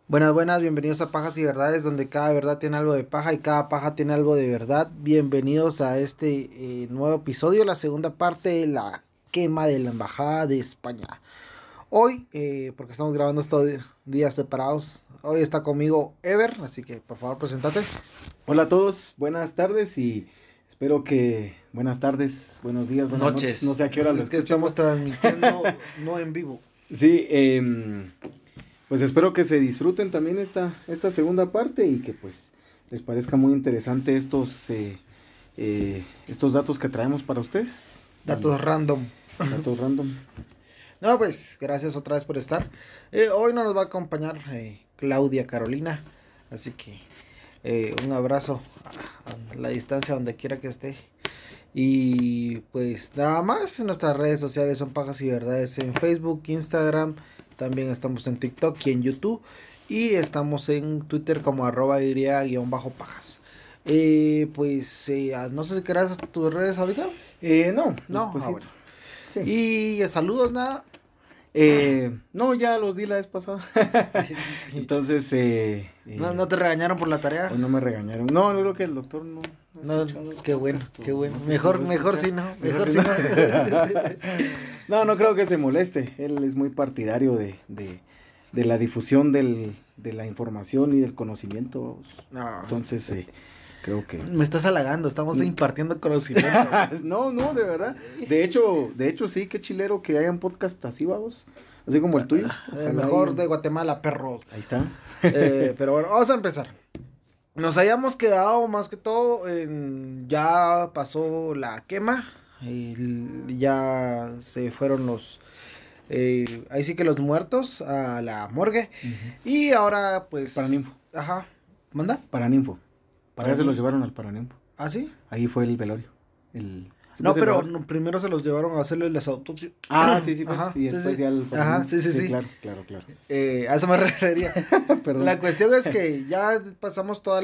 Buenas, buenas, bienvenidos a Pajas y Verdades, donde cada verdad tiene algo de paja y cada paja tiene algo de verdad. Bienvenidos a este nuevo episodio, la segunda parte de la quema de la Embajada de España. Hoy, porque estamos grabando estos días separados, hoy está conmigo Ever, así que por favor presentate. Hola a todos, buenas tardes y espero que buenas tardes, buenos días, buenas noches. No sé a qué hora lo Es que escuchen. estamos transmitiendo no en vivo. Sí, pues espero que se disfruten también esta segunda parte y que pues les parezca muy interesante estos datos que traemos para ustedes. Datos random. Datos random. No, pues gracias otra vez por estar. Hoy no nos va a acompañar Claudia Carolina, así que un abrazo a la distancia donde quiera que esté. Y pues nada más, en nuestras redes sociales son Pajas y Verdades en Facebook, Instagram, también estamos en TikTok y en YouTube. Y estamos en Twitter como @y_pajas. No sé si querás tus redes ahorita. No, No, bueno. Sí. Y saludos, nada. No, ya los di la vez pasada. Entonces, No te regañaron por la tarea. no me regañaron. No, yo creo que el doctor no. No, qué bueno, qué bueno. No sé Mejor si si no, mejor si no. No creo que se moleste. Él es muy partidario de la difusión de la información y del conocimiento. No. Entonces, creo que... Me estás halagando, estamos impartiendo conocimiento. No, de verdad. De hecho, sí, qué chilero que hayan podcast así, vamos. Así como el tuyo. El mejor de Guatemala, perro. Ahí está. Pero bueno, vamos a empezar. Nos habíamos quedado más que todo ya pasó la quema. Ya se fueron ahí sí que los muertos a la morgue. Uh-huh. Y ahora pues... Paraninfo. Ajá. ¿Manda? Paraninfo. Para se los llevaron al Paraninfo. ¿Ah, sí? Ahí fue el velorio. No, pero primero se los llevaron a hacerle las autopsias. Ah, sí, pues, ajá, y después sí. ya el... Ajá, sí. Claro. A eso me refería. Perdón. La cuestión es que ya pasamos toda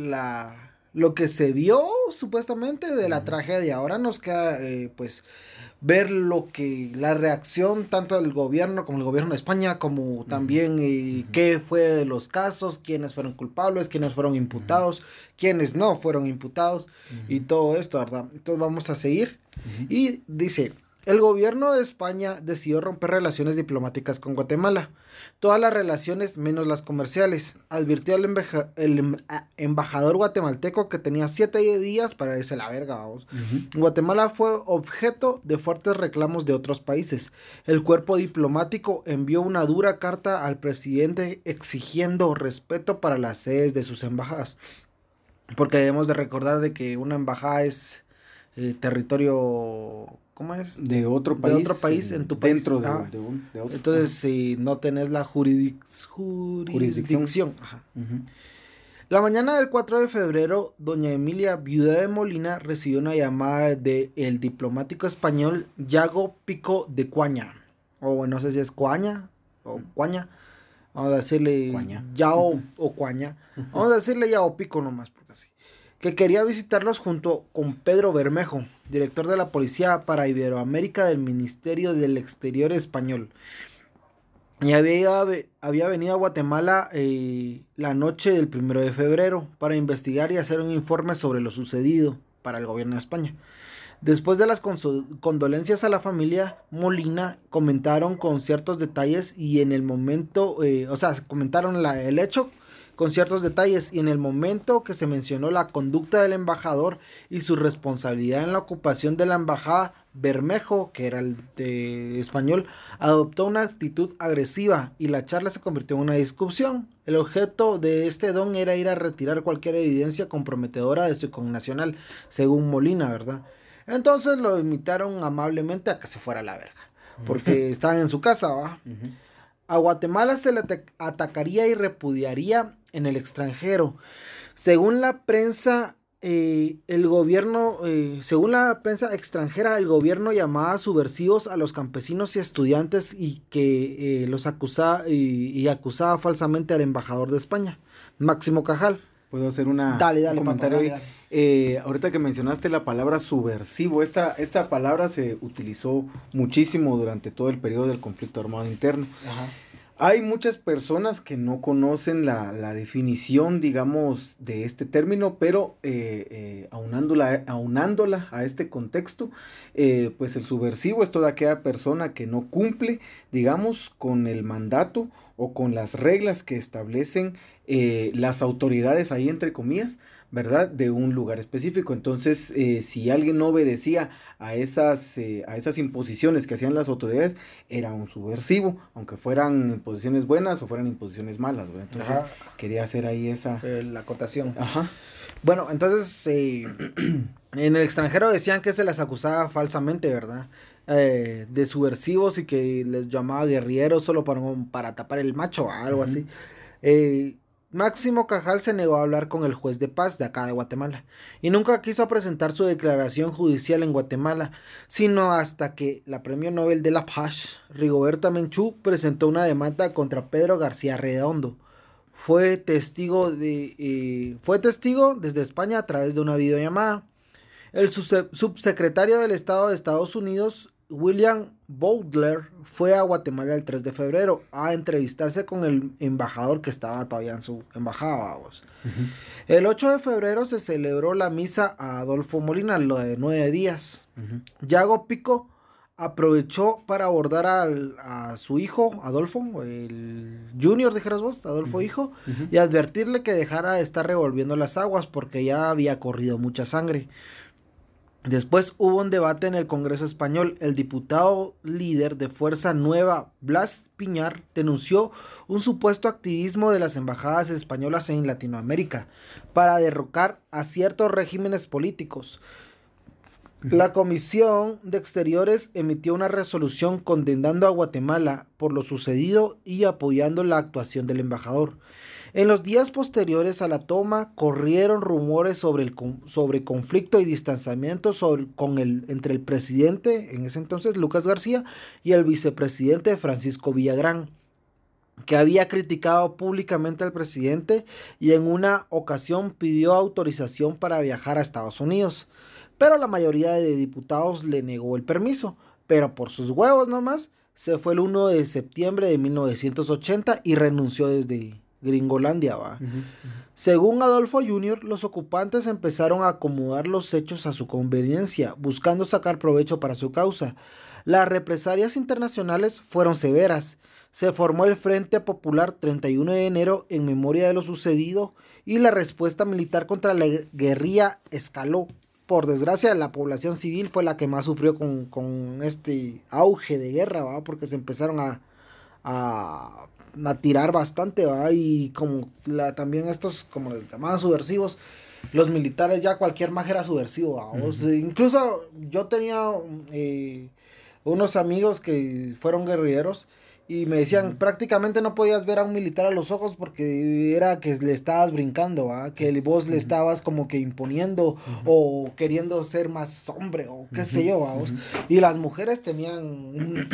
lo que se vio supuestamente de la tragedia. Ahora nos queda, pues, ver la reacción tanto del gobierno como el gobierno de España, como también qué fue de los casos, quiénes fueron culpables, quiénes fueron imputados, quiénes no fueron imputados y todo esto, ¿verdad? Entonces vamos a seguir. Y dice, el gobierno de España decidió romper relaciones diplomáticas con Guatemala. Todas las relaciones menos las comerciales. Advirtió el embajador guatemalteco que tenía 7 días para irse a la verga, vamos. Guatemala fue objeto de fuertes reclamos de otros países. El cuerpo diplomático envió una dura carta al presidente exigiendo respeto para las sedes de sus embajadas. Porque debemos de recordar de que una embajada es territorio... ¿Cómo es? De otro país en tu país. Dentro de otro. Entonces, si no tenés la jurisdicción. Ajá. La mañana del 4 de febrero, doña Emilia, viuda de Molina, recibió una llamada del diplomático español Yago Pico de Cuaña. O no sé si es Cuaña o Cuaña. Vamos a decirle Yao o Cuaña. Vamos a decirle Yago Pico nomás, porque así. Que quería visitarlos junto con Pedro Bermejo, director de la Policía para Iberoamérica del Ministerio del Exterior español. Y había venido a Guatemala la noche del 1 de febrero para investigar y hacer un informe sobre lo sucedido para el gobierno de España. Después de las condolencias a la familia Molina, comentaron con ciertos detalles y en el momento, comentaron el hecho con ciertos detalles, y en el momento que se mencionó la conducta del embajador y su responsabilidad en la ocupación de la embajada, Bermejo, que era el de español, adoptó una actitud agresiva y la charla se convirtió en una discusión. El objeto de este don era ir a retirar cualquier evidencia comprometedora de su connacional, según Molina, ¿verdad? Entonces lo invitaron amablemente a que se fuera a la verga, porque estaban en su casa, ¿va? A Guatemala se le atacaría y repudiaría en el extranjero. Según la prensa extranjera, el gobierno llamaba subversivos a los campesinos y estudiantes y que los acusaba y acusaba falsamente al embajador de España, Máximo Cajal. ¿Puedo hacer un comentario? Dale. Ahorita que mencionaste la palabra subversivo, esta palabra se utilizó muchísimo durante todo el periodo del conflicto armado interno. Ajá. Hay muchas personas que no conocen la definición, digamos, de este término, pero aunándola a este contexto, pues el subversivo es toda aquella persona que no cumple, digamos, con el mandato o con las reglas que establecen las autoridades, ahí entre comillas, ¿verdad? De un lugar específico. Entonces, si alguien no obedecía a esas imposiciones que hacían las autoridades, era un subversivo, aunque fueran imposiciones buenas o fueran imposiciones malas, ¿verdad? Entonces, Ajá, quería hacer ahí esa... la acotación. Ajá. Bueno, entonces en el extranjero decían que se las acusaba falsamente, ¿verdad? De subversivos y que les llamaba guerrilleros solo para tapar el macho, algo Ujú. así. Eh, Máximo Cajal se negó a hablar con el juez de paz de acá de Guatemala y nunca quiso presentar su declaración judicial en Guatemala, sino hasta que la Premio Nobel de la Paz, Rigoberta Menchú, presentó una demanda contra Pedro García Redondo. Fue testigo desde España a través de una videollamada. El subsecretario del Estado de Estados Unidos, William Bowdler, fue a Guatemala el 3 de febrero a entrevistarse con el embajador que estaba todavía en su embajada. Vamos. Ujú. El 8 de febrero se celebró la misa a Adolfo Molina, lo de 9 días. Ujú. Yago Pico aprovechó para abordar a su hijo, Adolfo, el Junior, dijeras vos, Adolfo Ujú. hijo, Ujú. y advertirle que dejara de estar revolviendo las aguas porque ya había corrido mucha sangre. Después hubo un debate en el Congreso español. El diputado líder de Fuerza Nueva, Blas Piñar, denunció un supuesto activismo de las embajadas españolas en Latinoamérica para derrocar a ciertos regímenes políticos. Ujú. La Comisión de Exteriores emitió una resolución condenando a Guatemala por lo sucedido y apoyando la actuación del embajador. En los días posteriores a la toma corrieron rumores sobre conflicto y distanciamiento entre el presidente, en ese entonces Lucas García, y el vicepresidente Francisco Villagrán, que había criticado públicamente al presidente y en una ocasión pidió autorización para viajar a Estados Unidos. Pero la mayoría de diputados le negó el permiso, pero por sus huevos nomás, se fue el 1 de septiembre de 1980 y renunció desde Gringolandia, va. Ujú. Ujú. Según Adolfo Jr., los ocupantes empezaron a acomodar los hechos a su conveniencia, buscando sacar provecho para su causa. Las represalias internacionales fueron severas. Se formó el Frente Popular 31 de enero en memoria de lo sucedido y la respuesta militar contra la guerrilla escaló. Por desgracia, la población civil fue la que más sufrió con este auge de guerra, ¿va? Porque se empezaron a, a tirar bastante, ¿va? Y como también estos, como les llamaban subversivos, los militares ya cualquier magia era subversivo, ¿va? Ujú. Incluso yo tenía unos amigos que fueron guerrilleros y me decían Ujú. prácticamente no podías ver a un militar a los ojos porque era que le estabas brincando, ¿va? Que vos le Ujú. estabas como que imponiendo Ujú. o queriendo ser más hombre o qué sé Ujú. yo, ¿va? Ujú. Y las mujeres tenían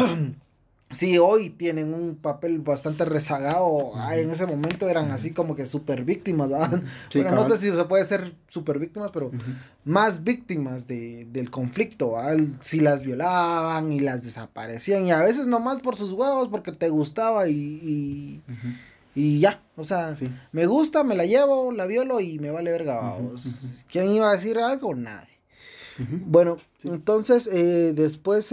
sí, hoy tienen un papel bastante rezagado. En Ujú. ese momento eran Ujú. así como que super víctimas, ¿verdad? Ujú. Sí, Bueno, no sé cabal. si se puede ser super víctimas, pero Ujú. más víctimas del conflicto, ¿verdad? Si las violaban y las desaparecían. Y a veces nomás por sus huevos, porque te gustaba Ujú. y ya. O sea, Sí. me gusta, me la llevo, la violo y me vale verga, Ujú. Ujú. vamos. ¿Quién iba a decir algo? Nadie. Ujú. Bueno, Sí. entonces después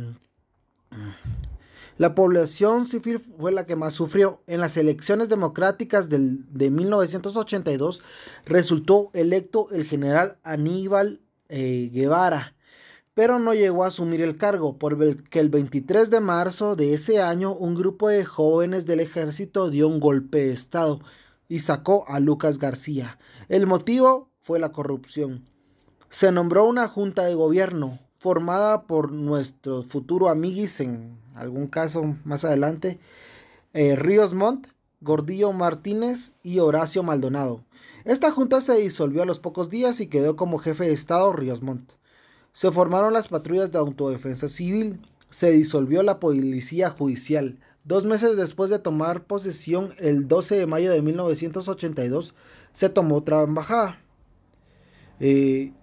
la población civil fue la que más sufrió. En las elecciones democráticas de 1982 resultó electo el general Aníbal Guevara, pero no llegó a asumir el cargo, porque el 23 de marzo de ese año un grupo de jóvenes del ejército dio un golpe de estado y sacó a Lucas García. El motivo fue la corrupción. Se nombró una junta de gobierno formada por nuestro futuro amiguis, en algún caso más adelante, Ríos Montt, Gordillo Martínez y Horacio Maldonado. Esta junta se disolvió a los pocos días y quedó como jefe de Estado Ríos Montt. Se formaron las patrullas de autodefensa civil, se disolvió la policía judicial. 2 meses después de tomar posesión, el 12 de mayo de 1982, se tomó otra embajada. Eh,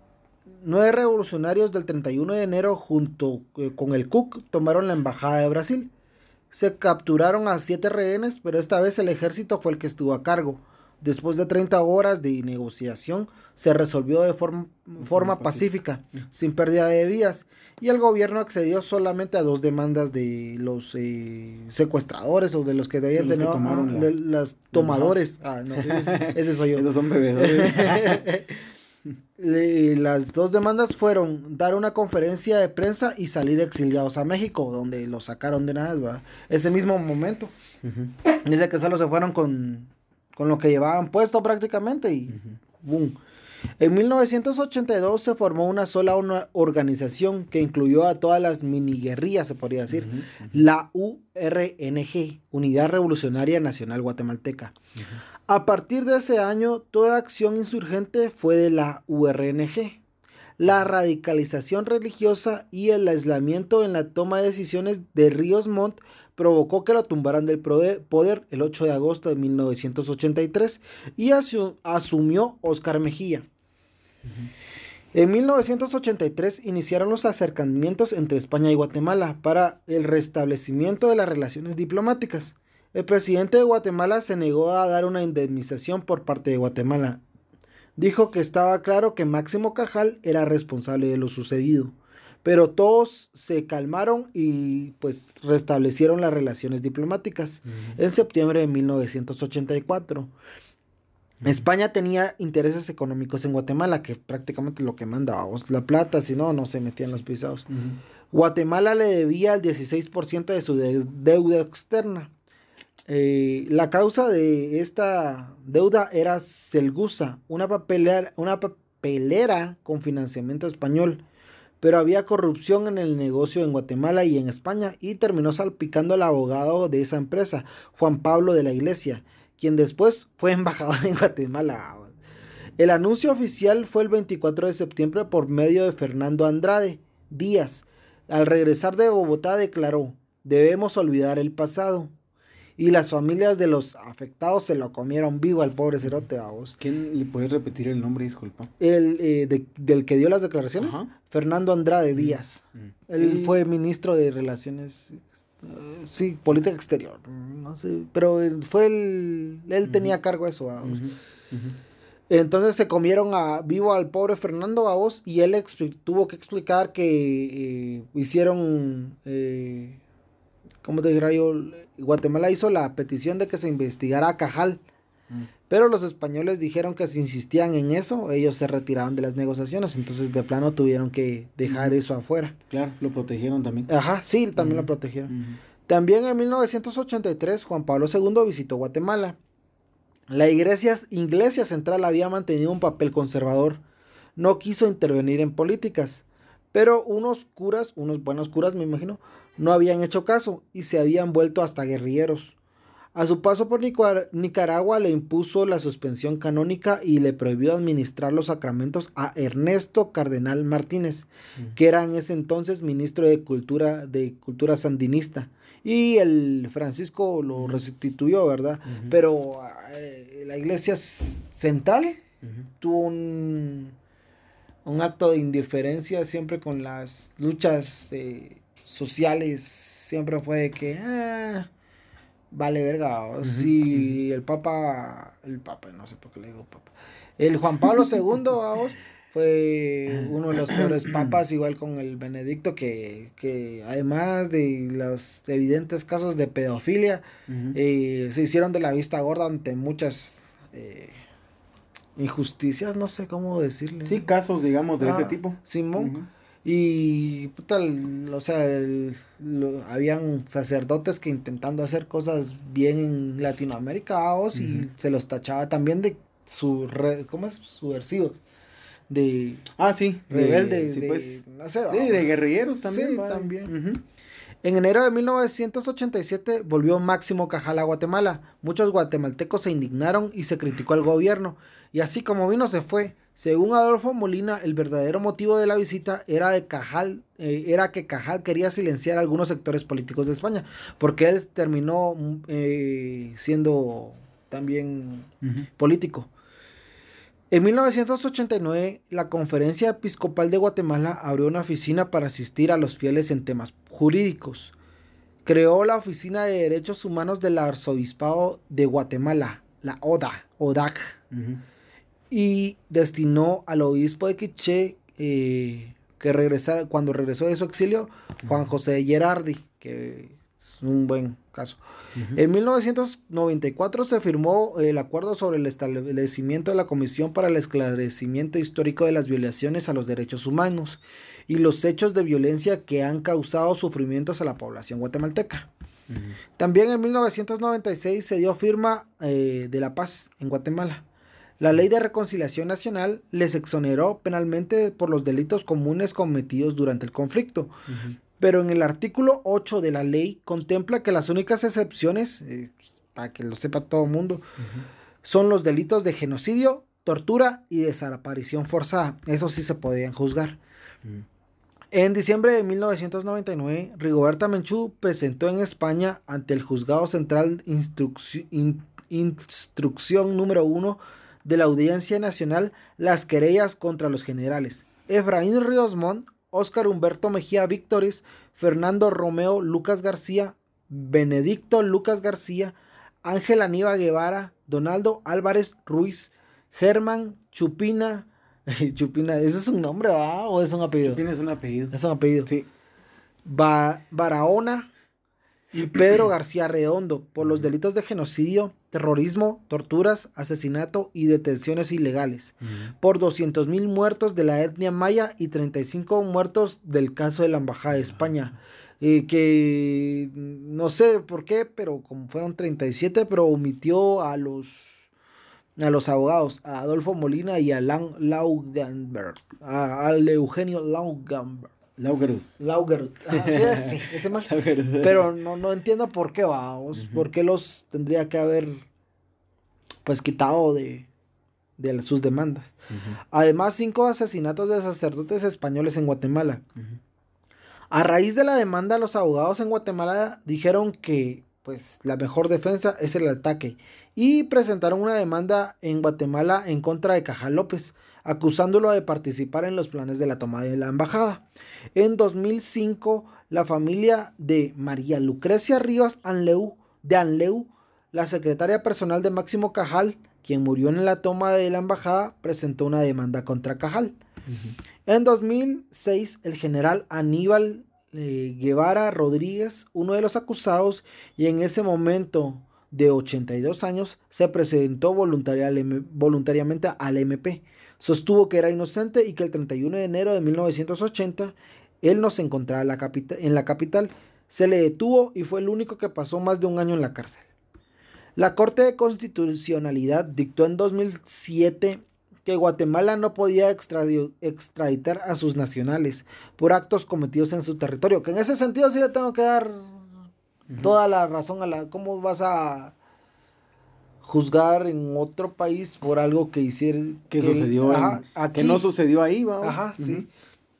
9 revolucionarios del 31 de enero junto con el CUC tomaron la embajada de Brasil. se capturaron a 7 rehenes, pero esta vez el ejército fue el que estuvo a cargo. Después de 30 horas de negociación, se resolvió de forma pacífica, sin pérdida de vidas, y el gobierno accedió solamente a 2 demandas de los secuestradores o de los que debían tener de los tomadores. No, ese soy yo. Esos son bebedores. Las 2 demandas fueron dar una conferencia de prensa y salir exiliados a México, donde los sacaron de nada, ¿verdad? Ese mismo momento. Dice que solo se fueron con lo que llevaban puesto prácticamente y boom. En 1982 se formó una organización que incluyó a todas las miniguerrillas, se podría decir, la URNG, Unidad Revolucionaria Nacional Guatemalteca. A partir de ese año, toda acción insurgente fue de la URNG. La radicalización religiosa y el aislamiento en la toma de decisiones de Ríos Montt provocó que lo tumbaran del poder el 8 de agosto de 1983 y asumió Óscar Mejía. En 1983 iniciaron los acercamientos entre España y Guatemala para el restablecimiento de las relaciones diplomáticas. El presidente de Guatemala se negó a dar una indemnización por parte de Guatemala. Dijo que estaba claro que Máximo Cajal era responsable de lo sucedido, pero todos se calmaron y pues restablecieron las relaciones diplomáticas. En septiembre de 1984. España tenía intereses económicos en Guatemala, que prácticamente lo que mandábamos la plata, si no, no se metían los pisados. Guatemala le debía el 16% de su deuda externa. La causa de esta deuda era Celgusa, una papelera con financiamiento español, pero había corrupción en el negocio en Guatemala y en España y terminó salpicando al abogado de esa empresa, Juan Pablo de la Iglesia, quien después fue embajador en Guatemala. El anuncio oficial fue el 24 de septiembre por medio de Fernando Andrade Díaz. Al regresar de Bogotá declaró: "Debemos olvidar el pasado". Y las familias de los afectados se lo comieron vivo al pobre cerote, vamos. ¿Quién le puedes repetir el nombre, disculpa? Del que dio las declaraciones, Fernando Andrade Díaz. Él fue ministro de Relaciones, política exterior, no sé, pero él tenía a cargo eso, vamos. Entonces se comieron vivo al pobre Fernando, vamos, y él tuvo que explicar que hicieron... ¿cómo te diría yo? Guatemala hizo la petición de que se investigara a Cajal, pero los españoles dijeron que si insistían en eso, ellos se retiraban de las negociaciones, entonces de plano tuvieron que dejar eso afuera. Claro, lo protegieron también. Ajá, sí, también lo protegieron. También en 1983, Juan Pablo II visitó Guatemala. La iglesia central había mantenido un papel conservador, no quiso intervenir en políticas, pero unos buenos curas, me imagino, no habían hecho caso y se habían vuelto hasta guerrilleros. A su paso por Nicaragua le impuso la suspensión canónica y le prohibió administrar los sacramentos a Ernesto Cardenal Martínez, que era en ese entonces ministro de Cultura sandinista. Y el Francisco lo restituyó, ¿verdad? Pero la iglesia central tuvo un acto de indiferencia siempre con las luchas sociales. Siempre fue de que vale verga. Sí, el papa, no sé por qué le digo papa, el Juan Pablo II, vamos, fue uno de los peores papas, igual con el Benedicto, que además de los evidentes casos de pedofilia, se hicieron de la vista gorda ante muchas injusticias, no sé cómo decirle. Sí, casos, digamos, de ese tipo. Simón. Y puta, o sea, habían sacerdotes que intentando hacer cosas bien en Latinoamérica, y se los tachaba también de subversivos, de rebeldes, no sé, de guerrilleros también. Sí, también. En enero de 1987 volvió Máximo Cajal a Guatemala. Muchos guatemaltecos se indignaron y se criticó al gobierno. Y así como vino, se fue. Según Adolfo Molina, el verdadero motivo de la visita era que Cajal quería silenciar a algunos sectores políticos de España, porque él terminó siendo también político. En 1989, la Conferencia Episcopal de Guatemala abrió una oficina para asistir a los fieles en temas jurídicos. creó la Oficina de Derechos Humanos del Arzobispado de Guatemala, la ODAC, y destinó al obispo de Quiché, cuando regresó de su exilio, Juan José de Gerardi, que es un buen caso. En 1994 se firmó el acuerdo sobre el establecimiento de la Comisión para el Esclarecimiento Histórico de las Violaciones a los Derechos Humanos y los hechos de violencia que han causado sufrimientos a la población guatemalteca. También en 1996 se dio firma de la paz en Guatemala. La Ley de Reconciliación Nacional les exoneró penalmente por los delitos comunes cometidos durante el conflicto. Pero en el artículo 8 de la ley contempla que las únicas excepciones, para que lo sepa todo el mundo, son los delitos de genocidio, tortura y desaparición forzada. Eso sí se podían juzgar. En diciembre de 1999, Rigoberta Menchú presentó en España ante el Juzgado Central Instrucción número 1 de la Audiencia Nacional las querellas contra los generales Efraín Ríos Montt, Óscar Humberto Mejía Víctoris, Fernando Romeo Lucas García, Benedicto Lucas García, Ángel Aníbal Guevara, Donaldo Álvarez Ruiz, Germán Chupina, ¿ese es un nombre, va? ¿O es un apellido? Chupina es un apellido. Es un apellido. Sí. Barahona y Pedro García Redondo por los delitos de genocidio, terrorismo, torturas, asesinato y detenciones ilegales, por 200,000 muertos de la etnia maya y 35 muertos del caso de la Embajada de España, que no sé por qué, pero como fueron 37, pero omitió a los abogados, a Adolfo Molina y a Laugenberg, al Eugenio Laugenberg. Laugerud. Sí, ese más. Pero no entiendo por qué, vamos. ¿Por qué los tendría que haber pues quitado de sus demandas? Además, 5 asesinatos de sacerdotes españoles en Guatemala. A raíz de la demanda, los abogados en Guatemala dijeron que pues la mejor defensa es el ataque y presentaron una demanda en Guatemala en contra de Cajal López, acusándolo de participar en los planes de la toma de la embajada. En 2005, la familia de María Lucrecia Rivas de Anleu, la secretaria personal de Máximo Cajal, quien murió en la toma de la embajada, presentó una demanda contra Cajal. En 2006, el general Aníbal Guevara Rodríguez, uno de los acusados, y en ese momento de 82 años, se presentó voluntariamente al MP. Sostuvo que era inocente y que el 31 de enero de 1980 él no se encontraba en la capital. Se le detuvo y fue el único que pasó más de un año en la cárcel. La Corte de Constitucionalidad dictó en 2007 que Guatemala no podía extraditar a sus nacionales por actos cometidos en su territorio. Que en ese sentido sí le tengo que dar toda la razón ¿cómo vas a juzgar en otro país por algo que hicieron que sucedió aquí, que no sucedió ahí, vamos? Ajá, sí.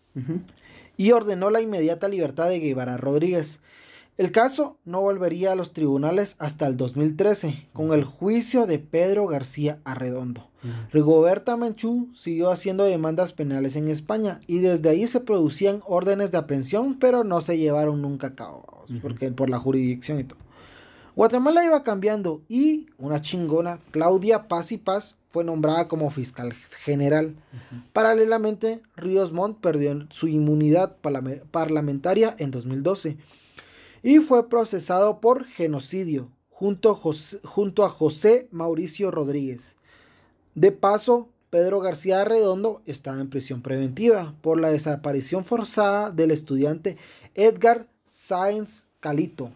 Y ordenó la inmediata libertad de Guevara Rodríguez. El caso no volvería a los tribunales hasta el 2013, con el juicio de Pedro García Arredondo. Rigoberta Menchú siguió haciendo demandas penales en España y desde ahí se producían órdenes de aprehensión, pero no se llevaron nunca a cabo, porque por la jurisdicción y todo. Guatemala iba cambiando y una chingona, Claudia Paz y Paz, fue nombrada como fiscal general. Paralelamente, Ríos Montt perdió su inmunidad parlamentaria en 2012 y fue procesado por genocidio junto a José Mauricio Rodríguez. De paso, Pedro García Arredondo estaba en prisión preventiva por la desaparición forzada del estudiante Edgar Sáenz Calito.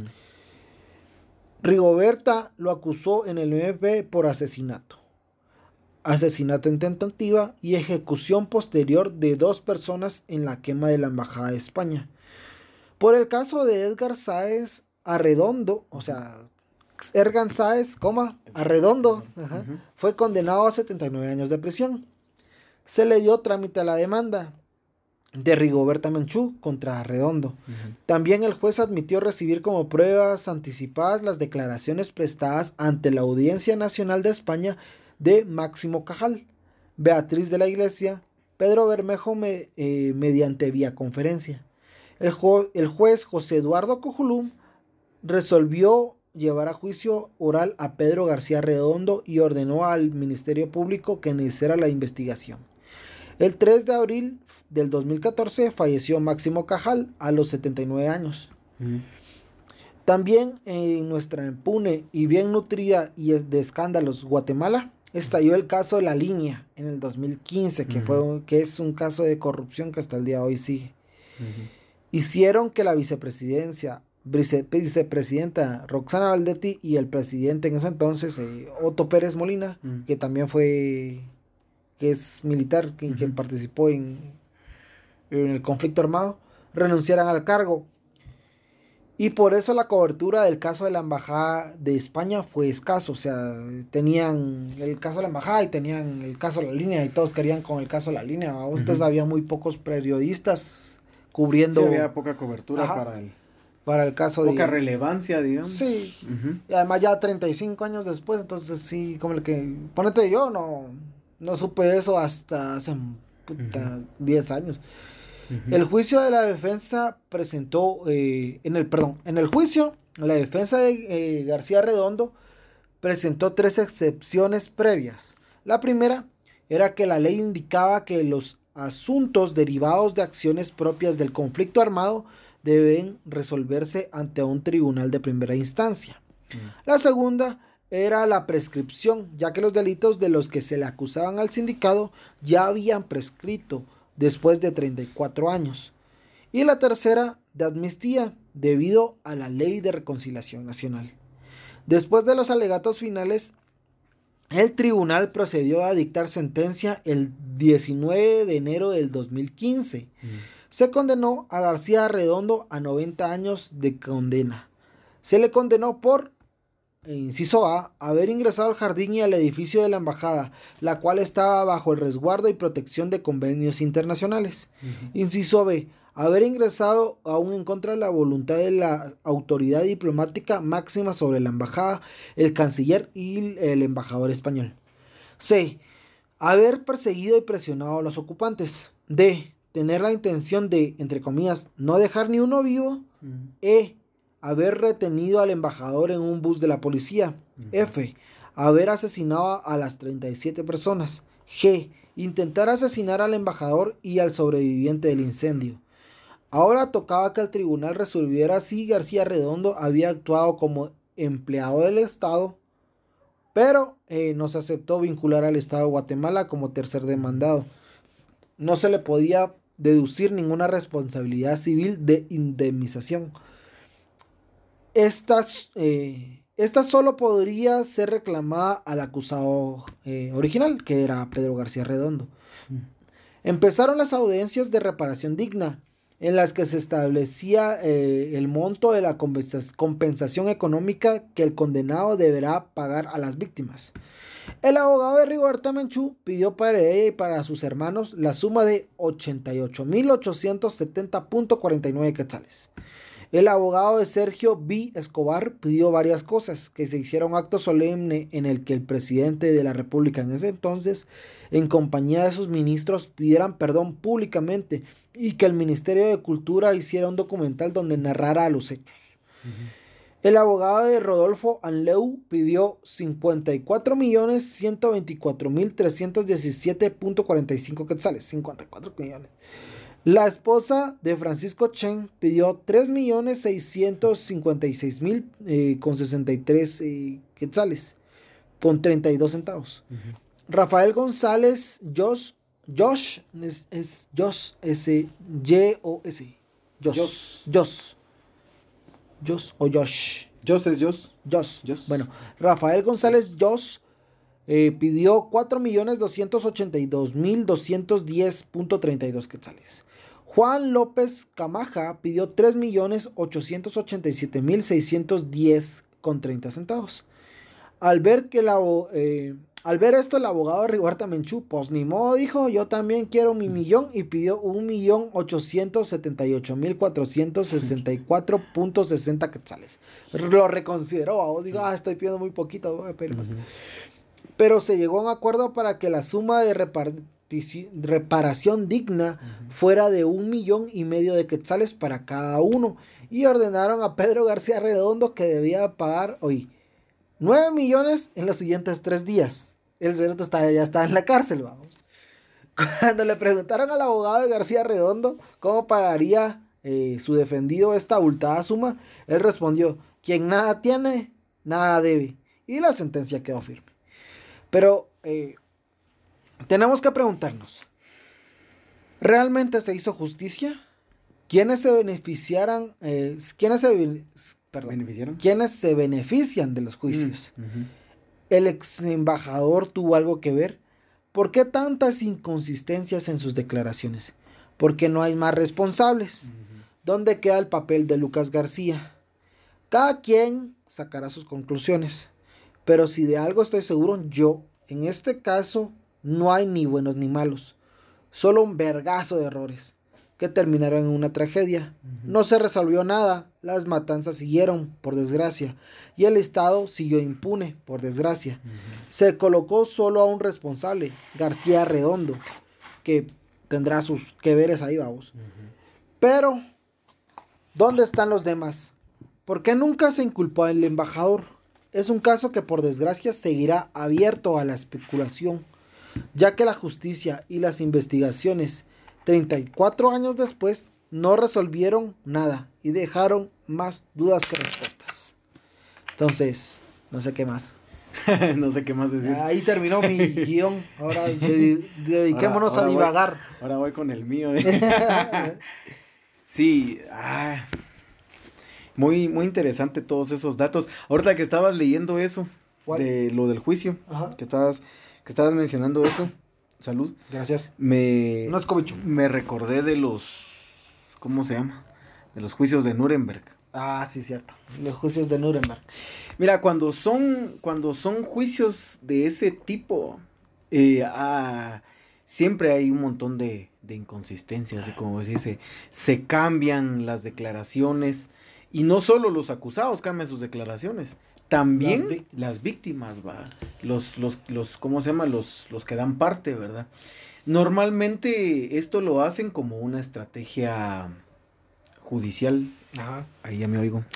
Rigoberta lo acusó en el MP por asesinato en tentativa y ejecución posterior de 2 personas en la quema de la Embajada de España. Por el caso de Edgar Sáenz Arredondo, Ergan Sáenz, Arredondo, fue condenado a 79 años de prisión. Se le dio trámite a la demanda de Rigoberta Menchú contra Arredondo. También el juez admitió recibir como pruebas anticipadas las declaraciones prestadas ante la Audiencia Nacional de España de Máximo Cajal, Beatriz de la Iglesia, Pedro Bermejo mediante vía conferencia. El juez José Eduardo Cojulum resolvió llevar a juicio oral a Pedro García Redondo y ordenó al Ministerio Público que iniciara la investigación. El 3 de abril del 2014 falleció Máximo Cajal a los 79 años. También en nuestra impune y bien nutrida y de escándalos Guatemala estalló el caso de La Línea en el 2015, que es un caso de corrupción que hasta el día de hoy sigue. Hicieron que la vicepresidenta Roxana Valdetti y el presidente en ese entonces, Otto Pérez Molina, que también que es militar, quien participó en el conflicto armado, renunciaran al cargo. Y por eso la cobertura del caso de la Embajada de España fue escaso. O sea, tenían el caso de la Embajada y tenían el caso de La Línea y todos querían con el caso de La Línea. Entonces había muy pocos periodistas cubriendo. Sí, había poca cobertura para el caso. Poca relevancia, digamos. Sí. Y además ya 35 años después, entonces sí, como el que... Ponete, yo no supe eso hasta hace 10 años. El juicio de la defensa presentó, en el juicio, la defensa de García Redondo presentó 3 excepciones previas. La primera era que la ley indicaba que los asuntos derivados de acciones propias del conflicto armado deben resolverse ante un tribunal de primera instancia. La segunda era la prescripción, ya que los delitos de los que se le acusaban al sindicado ya habían prescrito después de 34 años. Y la tercera, de amnistía, debido a la Ley de Reconciliación Nacional. Después de los alegatos finales, el tribunal procedió a dictar sentencia el 19 de enero del 2015. Se condenó a García Redondo a 90 años de condena. Se le condenó por, inciso A, haber ingresado al jardín y al edificio de la embajada, la cual estaba bajo el resguardo y protección de convenios internacionales. Inciso B, haber ingresado aún en contra de la voluntad de la autoridad diplomática máxima sobre la embajada, el canciller y el embajador español. C, haber perseguido y presionado a los ocupantes. D, tener la intención de, entre comillas, no dejar ni uno vivo. E, haber retenido al embajador en un bus de la policía. F, haber asesinado a las 37 personas. G, intentar asesinar al embajador y al sobreviviente del incendio. Ahora tocaba que el tribunal resolviera si García Redondo había actuado como empleado del Estado, pero no se aceptó vincular al Estado de Guatemala como tercer demandado. No se le podía deducir ninguna responsabilidad civil de indemnización. Esta solo podría ser reclamada al acusado original, que era Pedro García Redondo. Empezaron las audiencias de reparación digna, en las que se establecía el monto de la compensación económica que el condenado deberá pagar a las víctimas. El abogado de Rigoberta Menchú pidió para ella y para sus hermanos la suma de 88,870.49 quetzales. El abogado de Sergio B. Escobar pidió varias cosas: que se hiciera un acto solemne en el que el presidente de la República en ese entonces, en compañía de sus ministros, pidieran perdón públicamente, y que el Ministerio de Cultura hiciera un documental donde narrara los hechos. El abogado de Rodolfo Anleu pidió 54.124.317.45 quetzales, 54 millones. La esposa de Francisco Chen pidió 3.656.000 quetzales, con 32 centavos. Rafael González Josh, es Josh, S-Y-O-S. Josh o Josh. Josh es Josh. Bueno, Rafael González Josh pidió 4.282.210.32 quetzales. Juan López Camaja pidió 3.887.610.30 centavos. Al ver esto, el abogado de Rigoberta Menchú, pues ni modo, dijo: yo también quiero mi millón, y pidió 1.878.464.60 quetzales. Lo reconsideró, digo, estoy pidiendo muy poquito, voy a pedir más. Pero se llegó a un acuerdo para que la suma de reparación digna fuera de 1,5 millones de quetzales para cada uno, y ordenaron a Pedro García Redondo que debía pagar hoy 9 millones en los siguientes 3 días. El cerote ya estaba en la cárcel, vamos. Cuando le preguntaron al abogado de García Redondo cómo pagaría su defendido esta abultada suma, él respondió: quien nada tiene, nada debe. Y la sentencia quedó firme. Pero tenemos que preguntarnos, ¿realmente se hizo justicia? ¿Quiénes se beneficiaran? ¿Quiénes se benefician de los juicios? ¿El ex embajador tuvo algo que ver? ¿Por qué tantas inconsistencias en sus declaraciones? ¿Por qué no hay más responsables? ¿Dónde queda el papel de Lucas García? Cada quien sacará sus conclusiones. Pero si de algo estoy seguro, yo, en este caso, no hay ni buenos ni malos. Solo un vergazo de errores que terminaron en una tragedia. No se resolvió nada, las matanzas siguieron, por desgracia, y el Estado siguió impune, por desgracia. Se colocó solo a un responsable, García Redondo, que tendrá sus que veres ahí, vamos. Pero, ¿dónde están los demás? ¿Por qué nunca se inculpó al embajador? Es un caso que por desgracia seguirá abierto a la especulación, ya que la justicia y las investigaciones 34 años después no resolvieron nada y dejaron más dudas que respuestas. Entonces, no sé qué más. No sé qué más decir. Ahí terminó mi guión. Ahora dediquémonos a divagar. Ahora voy con el mío. Sí, muy, muy interesante todos esos datos. Ahorita que estabas leyendo eso, ¿cuál? De lo del juicio, que estabas mencionando eso, salud. Gracias. No es cobicho. Me recordé de los, ¿cómo se llama? De los juicios de Nuremberg. Ah, sí, cierto. Los juicios de Nuremberg. Mira, cuando son juicios de ese tipo, siempre hay un montón de inconsistencias, y como decís, se cambian las declaraciones, y no solo los acusados cambian sus declaraciones, también las víctimas, ¿va? ¿Cómo se llama? Los que dan parte, ¿verdad? Normalmente esto lo hacen como una estrategia judicial. Ajá. Ahí ya me oigo.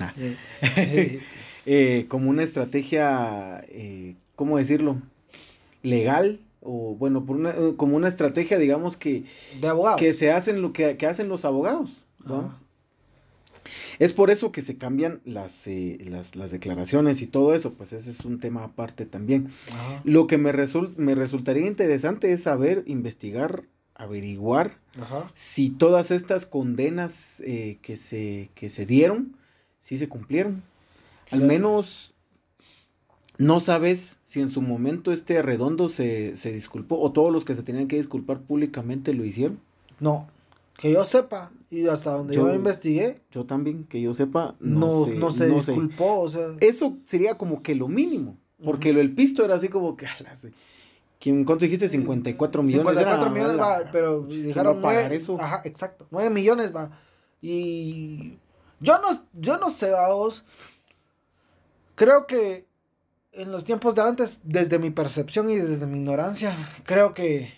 Como una estrategia, ¿cómo decirlo? Legal, o bueno, como una estrategia, digamos, que de abogado, que se hacen lo que hacen los abogados, ¿no? Es por eso que se cambian las declaraciones y todo eso, pues ese es un tema aparte también. Ajá. Lo que me resultaría interesante es saber, investigar, averiguar, ajá, si todas estas condenas que se dieron, si se cumplieron. Al menos no sabes si en su momento Redondo se disculpó, o todos los que se tenían que disculpar públicamente lo hicieron. No, que yo sepa, y hasta donde yo investigué. Yo también, que yo sepa, no se disculpó, o sea. Eso sería como que lo mínimo, porque el pisto era así como que... ¿Cuánto dijiste? 54 millones. 54 millones va, pero dijeron no pagar eso. Ajá, exacto, 9 millones va. Y yo no sé, vos. Creo que en los tiempos de antes, desde mi percepción y desde mi ignorancia, creo que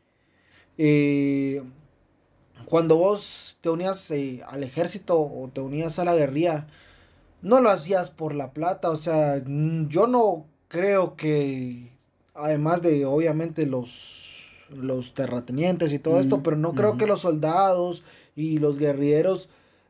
cuando vos te unías al ejército o te unías a la guerrilla, no lo hacías por la plata. O sea, yo no creo que, además de obviamente los terratenientes y todo esto, pero no creo que los soldados y los guerrilleros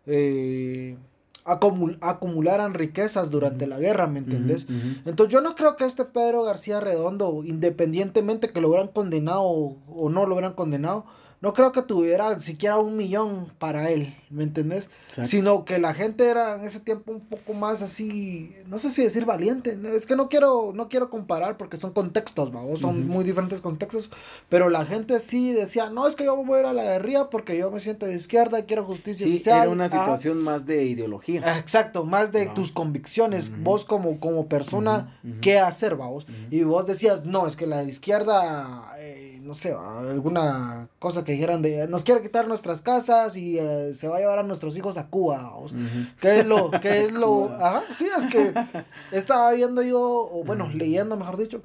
acumularan riquezas durante la guerra, ¿me entendés? Entonces yo no creo que Pedro García Redondo, independientemente que lo hubieran condenado o no lo hubieran condenado, no creo que tuviera siquiera 1 millón para él, ¿me entendés? Exacto. Sino que la gente era en ese tiempo un poco más así, no sé si decir valiente, es que no quiero comparar porque son contextos, ¿va? Son muy diferentes contextos, pero la gente sí decía, no, es que yo voy a ir a la guerrilla porque yo me siento de izquierda, quiero justicia social. Era una situación más de ideología. Exacto, más de tus convicciones, vos como persona, qué hacer, ¿va? Y vos decías, no, es que la izquierda... no sé, alguna cosa que dijeran de nos quiere quitar nuestras casas y se va a llevar a nuestros hijos a Cuba, ¿qué es lo? Ajá, sí, es que estaba viendo yo, o bueno, leyendo, mejor dicho,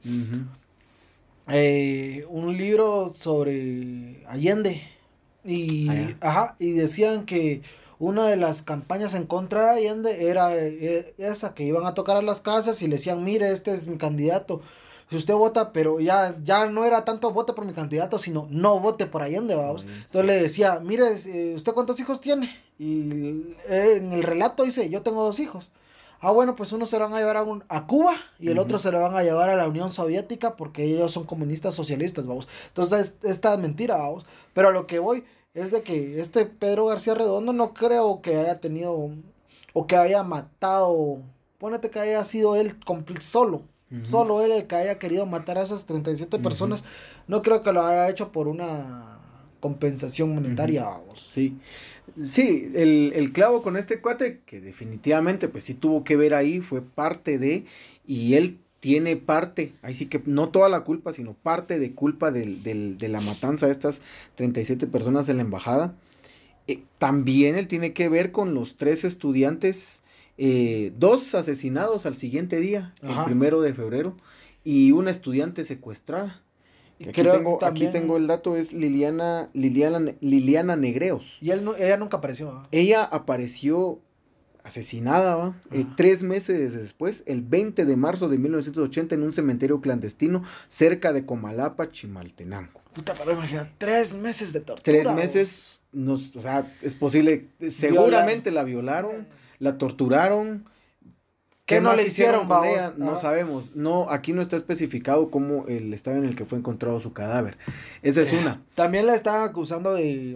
un libro sobre Allende y, y decían que una de las campañas en contra de Allende era esa, que iban a tocar a las casas y le decían, mire, este es mi candidato. Si usted vota, pero ya no era tanto vote por mi candidato, sino no vote por Allende, vamos. Entonces le decía, mire, ¿usted cuántos hijos tiene? Y en el relato dice, yo tengo 2 hijos. Ah, bueno, pues uno se lo van a llevar a Cuba y el otro se lo van a llevar a la Unión Soviética porque ellos son comunistas socialistas, vamos. Entonces, esta es mentira, vamos. Pero a lo que voy es de que este Pedro García Redondo no creo que haya tenido o que haya matado, ponete que haya sido él solo. Solo él el que haya querido matar a esas 37 personas. No creo que lo haya hecho por una compensación monetaria, vamos. Sí. Sí, el clavo con este cuate, que definitivamente pues sí tuvo que ver ahí, fue parte de, y él tiene parte, ahí sí que no toda la culpa, sino parte de culpa de la matanza de estas 37 personas en la embajada. También él tiene que ver con los 3 estudiantes, 2 asesinados al siguiente día, el 1 de febrero, y una estudiante secuestrada. Aquí tengo el dato, es Liliana Negreos. Y ella nunca apareció, ¿va? Ella apareció asesinada, ¿va? 3 meses después, el 20 de marzo de 1980, en un cementerio clandestino cerca de Comalapa, Chimaltenango. Puta, pero imagina, 3 meses de tortura. 3 meses, o sea, es posible, seguramente la violaron, la torturaron. ¿Qué no le hicieron, con ella? No sabemos. No, aquí no está especificado cómo el estado en el que fue encontrado su cadáver. Esa es una. También la estaban acusando de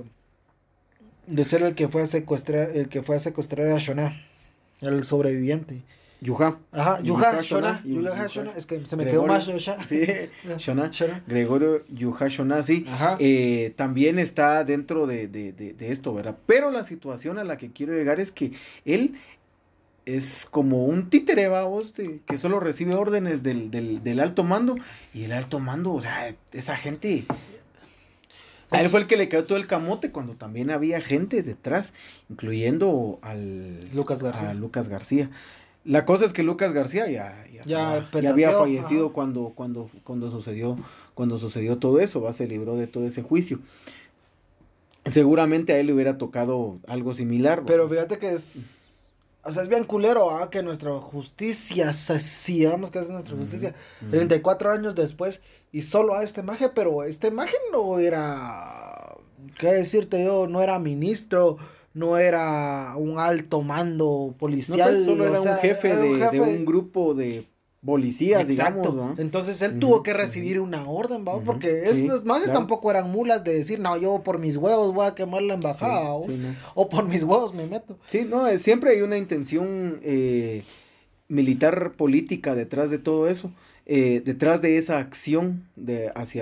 ser el que fue a secuestrar a Shona, el sobreviviente. Yuja. Ajá, Yuja Shona. Es que se me quedó más Yosha. Sí, Shona. Gregorio Yuja Shona, sí. También está dentro de esto, ¿verdad? Pero la situación a la que quiero llegar es que él es como un títere, vamos, que solo recibe órdenes del alto mando, y el alto mando, o sea, esa gente, a él fue el que le cayó todo el camote cuando también había gente detrás, incluyendo a Lucas García. La cosa es que Lucas García ya había fallecido cuando sucedió todo eso, se libró de todo ese juicio. Seguramente a él le hubiera tocado algo similar. Pero fíjate que o sea, es bien culero, que nuestra justicia, si digamos que es nuestra justicia, 34 años después, y solo a este maje, pero este maje no era, ¿qué decirte yo? No era ministro, no era un alto mando policial. No, pues solo era un jefe de un grupo de policías, exacto, digamos, ¿no? Entonces él tuvo que recibir una orden, ¿va? Porque esos majes tampoco eran mulas de decir, no, yo por mis huevos voy a quemar la embajada, o por mis huevos me meto. Sí, no, siempre hay una intención militar política detrás de todo eso, detrás de esa acción hacia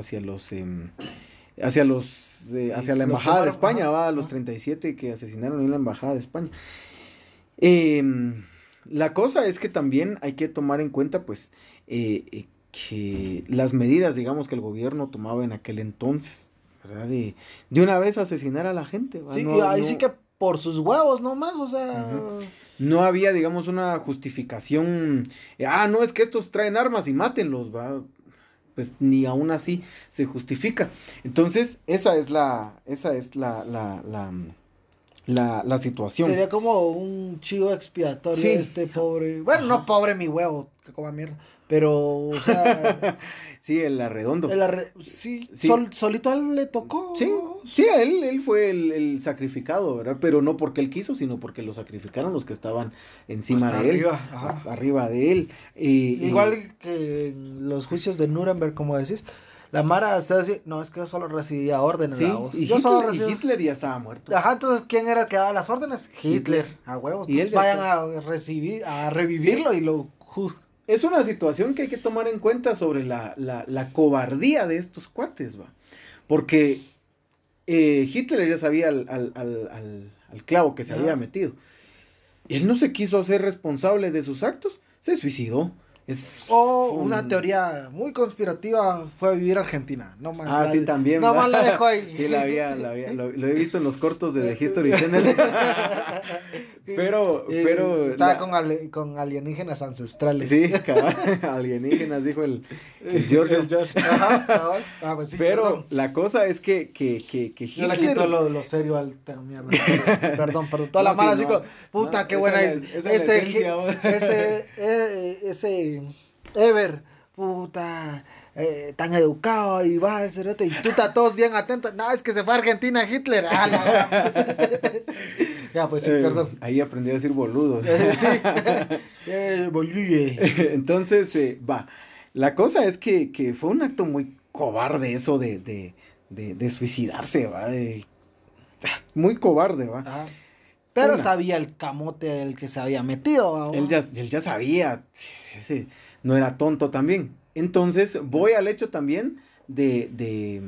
la embajada de España, los 37 que asesinaron en la embajada de España. La cosa es que también hay que tomar en cuenta, pues, que las medidas, digamos, que el gobierno tomaba en aquel entonces, ¿verdad? De una vez asesinar a la gente, ¿verdad? Sí, ahí sí que por sus huevos nomás, o sea... No había, digamos, una justificación, no, es que estos traen armas y mátenlos, ¿va? Pues ni aún así se justifica. Entonces, esa es la situación. Sería como un chivo expiatorio pobre. Bueno, no pobre mi huevo, que coma mierda. Pero, o sea. Sí, el Arredondo. Sí. Solito a él le tocó. Sí, a él fue el sacrificado, ¿verdad? Pero no porque él quiso, sino porque lo sacrificaron los que estaban encima de él. Hasta arriba de él. Igual que en los juicios de Nuremberg, como decís. La Mara se decía, no, es que yo solo recibía órdenes. Y Hitler ya estaba muerto. Ajá, entonces, ¿quién era el que daba las órdenes? Hitler. A huevos. Entonces vayan a revivirlo y lo... Es una situación que hay que tomar en cuenta sobre la cobardía de estos cuates, ¿va? Porque Hitler ya sabía al clavo que se había metido. Él no se quiso hacer responsable de sus actos, se suicidó. Una teoría muy conspirativa fue a vivir a Argentina. No más sí, también. No más la dejó ahí. Sí, lo he visto en los cortos de The History Channel. Pero estaba con alienígenas ancestrales. Sí, alienígenas, dijo el George. Ajá, pues sí, pero perdón. la cosa es que Hitler... Yo le quito lo serio al tema, mierda. Perdón. Toda la No, mala sí, así no. como, puta, No, qué esa buena es es. la esencia, vos. Ese Ever, puta, tan educado y va el cerote y puta, todos bien atentos. No, es que se fue a Argentina Hitler. Ya, pues sí, perdón. Ahí aprendí a decir boludo. Sí, boluye. Entonces, va. La cosa es que fue un acto muy cobarde eso de suicidarse, va. Muy cobarde, va. Ajá. Pero Una. sabía el camote del que se había metido. ¿Va? Él ya sabía, no era tonto también. Entonces, voy al hecho también de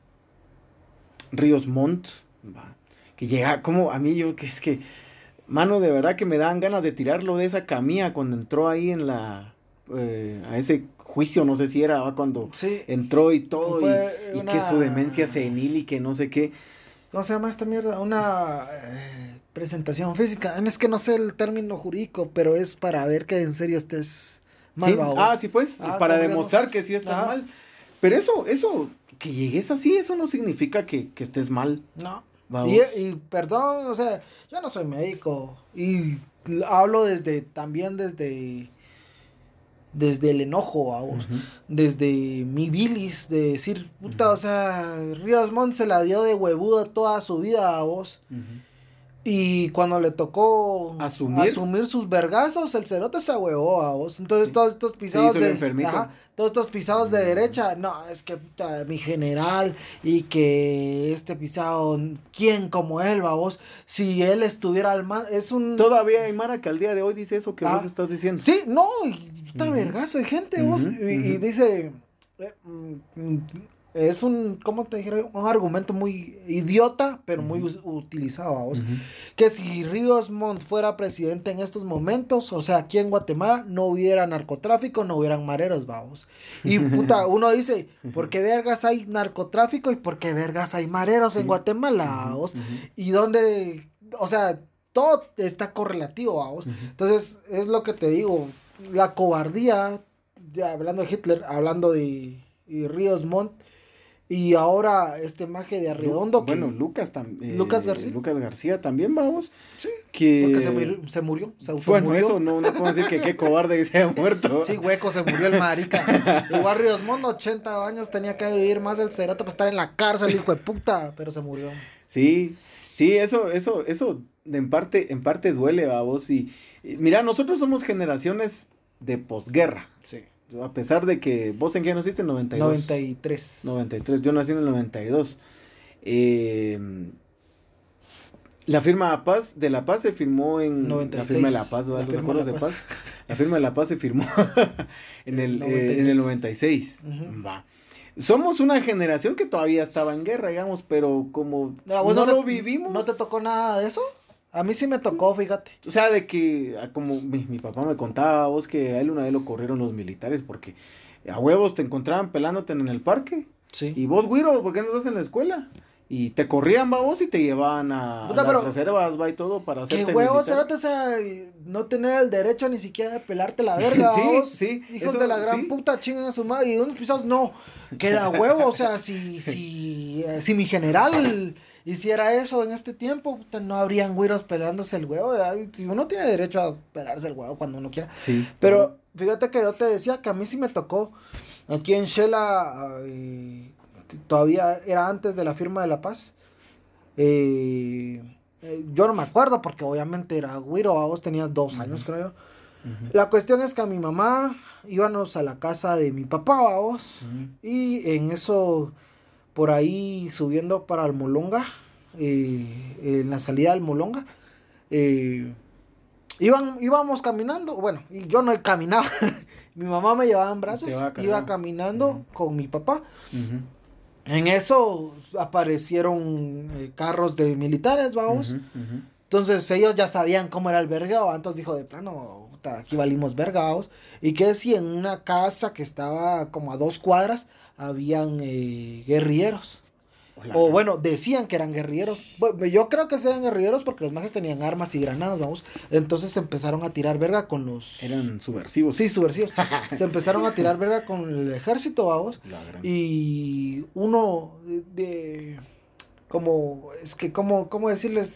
Ríos Montt, va, que llega como a mí, que es que, mano, de verdad que me dan ganas de tirarlo de esa camilla cuando entró ahí a ese juicio, no sé si era, ¿va? Cuando Sí. entró y todo, Fue y que su demencia senil y que no sé qué. ¿Cómo se llama esta mierda? Una presentación física. Es que no sé el término jurídico, pero es para ver que en serio estés mal. ¿Sí? Sí, pues, para demostrar que sí estás mal. Pero eso, que llegues así, eso no significa que estés mal. No. Vamos. Y perdón, o sea, yo no soy médico. Y hablo también desde el enojo, vamos. Desde mi bilis de decir, puta, o sea, Ríos Montt se la dio de huevudo toda su vida a vos. Y cuando le tocó asumir sus vergazos, el cerote se ahuevó a vos. Entonces Sí. todos estos pisados todos estos pisados de Mm. derecha, no, es que puta, mi general y que este pisado, ¿quién como él, va vos? Si él estuviera al mando, es un... Todavía hay mara que al día de hoy dice eso que vos estás diciendo. Sí, no, y puta vergazo de gente, vos. Y dice... es ¿cómo te dijera? Un argumento muy idiota, pero muy utilizado, vos. Que si Ríos Montt fuera presidente en estos momentos, o sea, aquí en Guatemala, no hubiera narcotráfico, no hubieran mareros, vamos. Y puta, uno dice, ¿por qué vergas hay narcotráfico y por qué vergas hay mareros en Guatemala, vamos? Y dónde, o sea, todo está correlativo, vamos. Entonces, es lo que te digo, la cobardía, ya hablando de Hitler, hablando de Ríos Montt, y ahora este maje de Arredondo. Lucas también. Lucas García. Lucas García también, vamos. Sí. Que... Porque se murió. Bueno, eso no puedo decir que qué cobarde se haya muerto. Sí, hueco, se murió el marica. Igual Ríos Montt, 80 años, tenía que vivir más el cerote para estar en la cárcel, hijo de puta, pero se murió. Sí, eso en parte duele, vamos. Y mira, nosotros somos generaciones de posguerra. Sí. A pesar de que vos en qué naciste, en 92. 93. 93, yo nací en el 92. La firma de la paz se firmó en 96. La firma de la paz, ¿verdad? Los acuerdos de paz. La firma de la paz se firmó en el 96. Va. Somos una generación que todavía estaba en guerra, digamos, pero como no lo vivimos. ¿No te tocó nada de eso? A mí sí me tocó, fíjate. O sea, de que, como mi papá me contaba, vos, que a él una vez lo corrieron los militares porque a huevos te encontraban pelándote en el parque. Sí. Y vos, güiro, ¿por qué no estás en la escuela? Y te corrían, va, vos, y te llevaban a las reservas, va, y todo para hacerte ¿qué huevos, cerote? O sea, no tener el derecho ni siquiera de pelarte la verga, sí, vos. Sí. Hijos de la gran puta, chingan a su madre. Y unos pisados, no, queda huevo. O sea, si mi general hiciera eso en este tiempo, puta, no habrían güiros pelándose el huevo. Si uno tiene derecho a pelarse el huevo cuando uno quiera. Sí. Pero fíjate que yo te decía que a mí sí me tocó. Aquí en Shela, todavía era antes de la firma de la paz. Yo no me acuerdo porque obviamente era güiro, vos tenías 2 años, creo yo. La cuestión es que a mi mamá íbamos a la casa de mi papá, vos. Y en eso, por ahí subiendo para Almolonga, en la salida de Almolonga, íbamos caminando, bueno, y yo no caminaba, mi mamá me llevaba en brazos, iba caminando con mi papá. En eso aparecieron carros de militares, vamos. Entonces ellos ya sabían cómo era el verga, entonces dijo de plano, puta, aquí valimos verga, vamos. Y que si en una casa que estaba como a 2 cuadras habían guerrilleros. O bueno, decían que eran guerrilleros. Bueno, yo creo que eran guerrilleros porque los majes tenían armas y granadas, vamos. Entonces se empezaron a tirar verga con los... Eran subversivos. Sí, subversivos. Se empezaron a tirar verga con el ejército, vamos. Y uno como... Es que, ¿cómo decirles?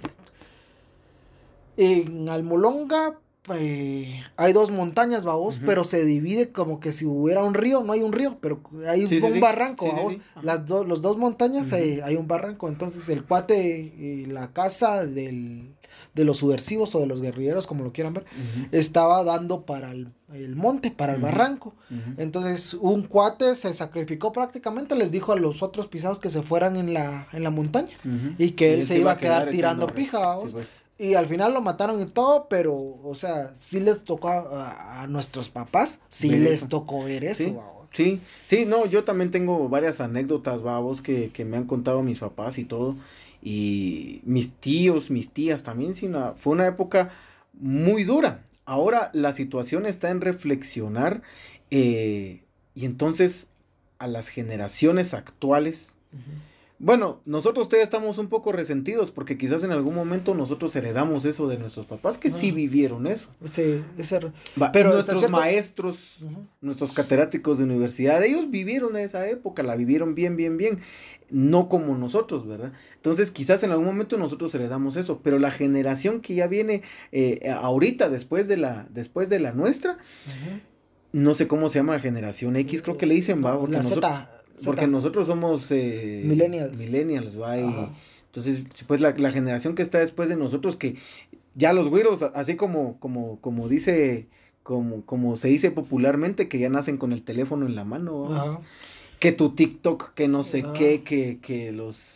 En Almolonga hay 2 montañas, babos, pero se divide como que si hubiera un río, no hay un río, pero hay un barranco, babos. Los 2 montañas hay un barranco, entonces el cuate, la casa de los subversivos o de los guerrilleros, como lo quieran ver, estaba dando para el monte, para el barranco. Entonces un cuate se sacrificó prácticamente, les dijo a los otros pisados que se fueran en la montaña y que él se iba a quedar tirando pija, babos. Sí, pues. Y al final lo mataron y todo, pero, o sea, sí les tocó a nuestros papás, sí les tocó ver eso, babos. Sí, no, yo también tengo varias anécdotas, babos, que me han contado mis papás y todo, y mis tíos, mis tías también, fue una época muy dura. Ahora la situación está en reflexionar, y entonces a las generaciones actuales... Bueno, nosotros todavía estamos un poco resentidos porque quizás en algún momento nosotros heredamos eso de nuestros papás que sí vivieron eso. Sí, pero nuestros maestros, nuestros catedráticos de universidad, ellos vivieron esa época, la vivieron bien, no como nosotros, ¿verdad? Entonces quizás en algún momento nosotros heredamos eso, pero la generación que ya viene ahorita después de la nuestra, no sé cómo se llama, generación X, creo que le dicen, va, la Z. Porque nosotros somos millennials, va, y entonces, pues la generación que está después de nosotros, que ya los güiros, así como dice, como se dice popularmente, que ya nacen con el teléfono en la mano, que tu TikTok, que no sé qué, que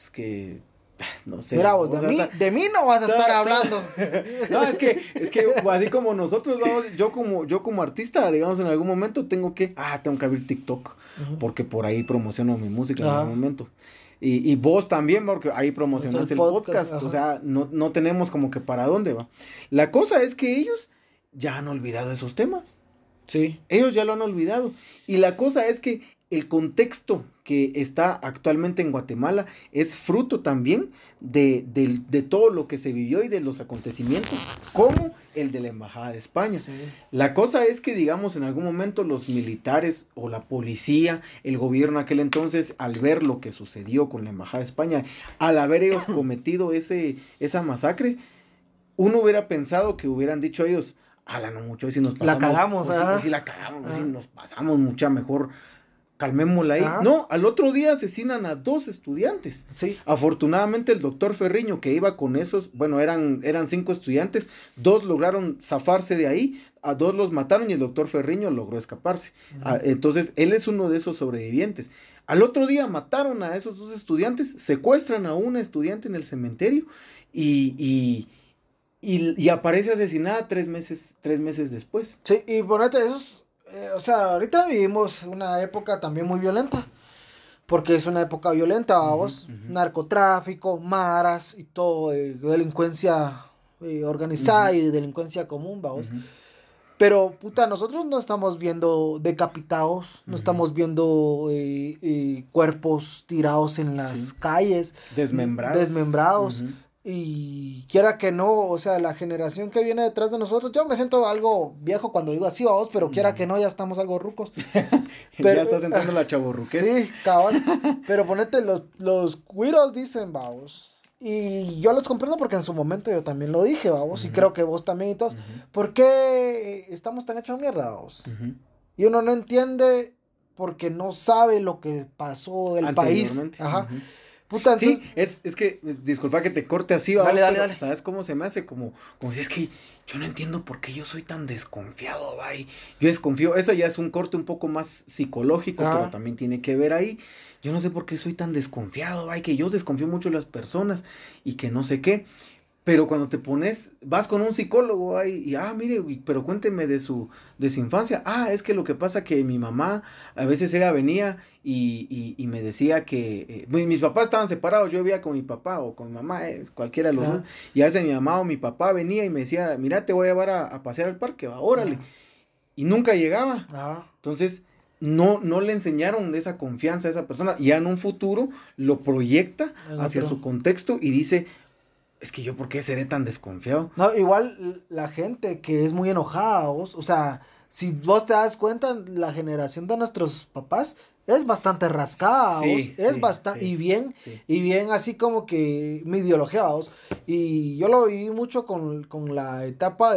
no sé. Mira, vos, de mí no vas a estar hablando. No, es que así como nosotros, vamos, yo como artista, digamos, en algún momento tengo que abrir TikTok, porque por ahí promociono mi música en algún momento. Y vos también, porque ahí promocionas el podcast. O sea, no tenemos como que para dónde va. La cosa es que ellos ya han olvidado esos temas. Sí. Ellos ya lo han olvidado. Y la cosa es que el contexto que está actualmente en Guatemala es fruto también de todo lo que se vivió y de los acontecimientos, como el de la Embajada de España. Sí. La cosa es que, digamos, en algún momento los militares o la policía, el gobierno aquel entonces, al ver lo que sucedió con la Embajada de España, al haber ellos cometido esa masacre, uno hubiera pensado que hubieran dicho ellos, no mucho, si nos pasamos. La cagamos, si la cagamos, si nos pasamos mucha mejor. Calmémosla ahí. No, al otro día asesinan a 2 estudiantes. Sí. Afortunadamente el doctor Ferriño, que iba con esos, bueno, eran 5 estudiantes, 2 lograron zafarse de ahí, a 2 los mataron y el doctor Ferriño logró escaparse. Entonces, él es uno de esos sobrevivientes. Al otro día mataron a esos 2 estudiantes, secuestran a una estudiante en el cementerio y aparece asesinada 3 meses después. Sí, y ponete esos... o sea, ahorita vivimos una época también muy violenta, porque es una época violenta, vamos, narcotráfico, maras y todo, delincuencia organizada y delincuencia común, vamos. Pero, puta, nosotros no estamos viendo decapitados, no estamos viendo cuerpos tirados en las calles. Desmembrados. Y quiera que no, o sea, la generación que viene detrás de nosotros, yo me siento algo viejo cuando digo así, vamos, pero quiera que no, ya estamos algo rucos. Pero, ya estás entrando la chavorruquez. Sí, cabal. Pero ponete, los cuiros dicen, vamos. Y yo los comprendo porque en su momento yo también lo dije, vamos, y creo que vos también y todos. ¿Por qué estamos tan hechos mierda, vamos? Y uno no entiende porque no sabe lo que pasó del país. Puta, sí, es que, disculpa que te corte así, dale. ¿Sabes cómo se me hace? Como si es que yo no entiendo por qué yo soy tan desconfiado, bye. Yo desconfío, eso ya es un corte un poco más psicológico, pero también tiene que ver ahí. Yo no sé por qué soy tan desconfiado, bye, que yo desconfío mucho de las personas y que no sé qué. Pero cuando te vas con un psicólogo ahí y, mire, pero cuénteme de su infancia. Es que lo que pasa que mi mamá, a veces ella venía y me decía que, mis papás estaban separados, yo vivía con mi papá o con mi mamá, cualquiera de los dos. Y a veces mi mamá o mi papá venía y me decía, mira, te voy a llevar a pasear al parque, órale. Y nunca llegaba. Entonces, no le enseñaron esa confianza a esa persona. Ya en un futuro lo proyecta hacia su contexto y dice, es que yo por qué seré tan desconfiado. No, igual la gente que es muy enojada, vos, o sea, si vos te das cuenta, la generación de nuestros papás es bastante rascada, Sí, vos, es sí, bastante, sí, sí. y bien así como que mi ideología, vos, y yo lo viví mucho con la etapa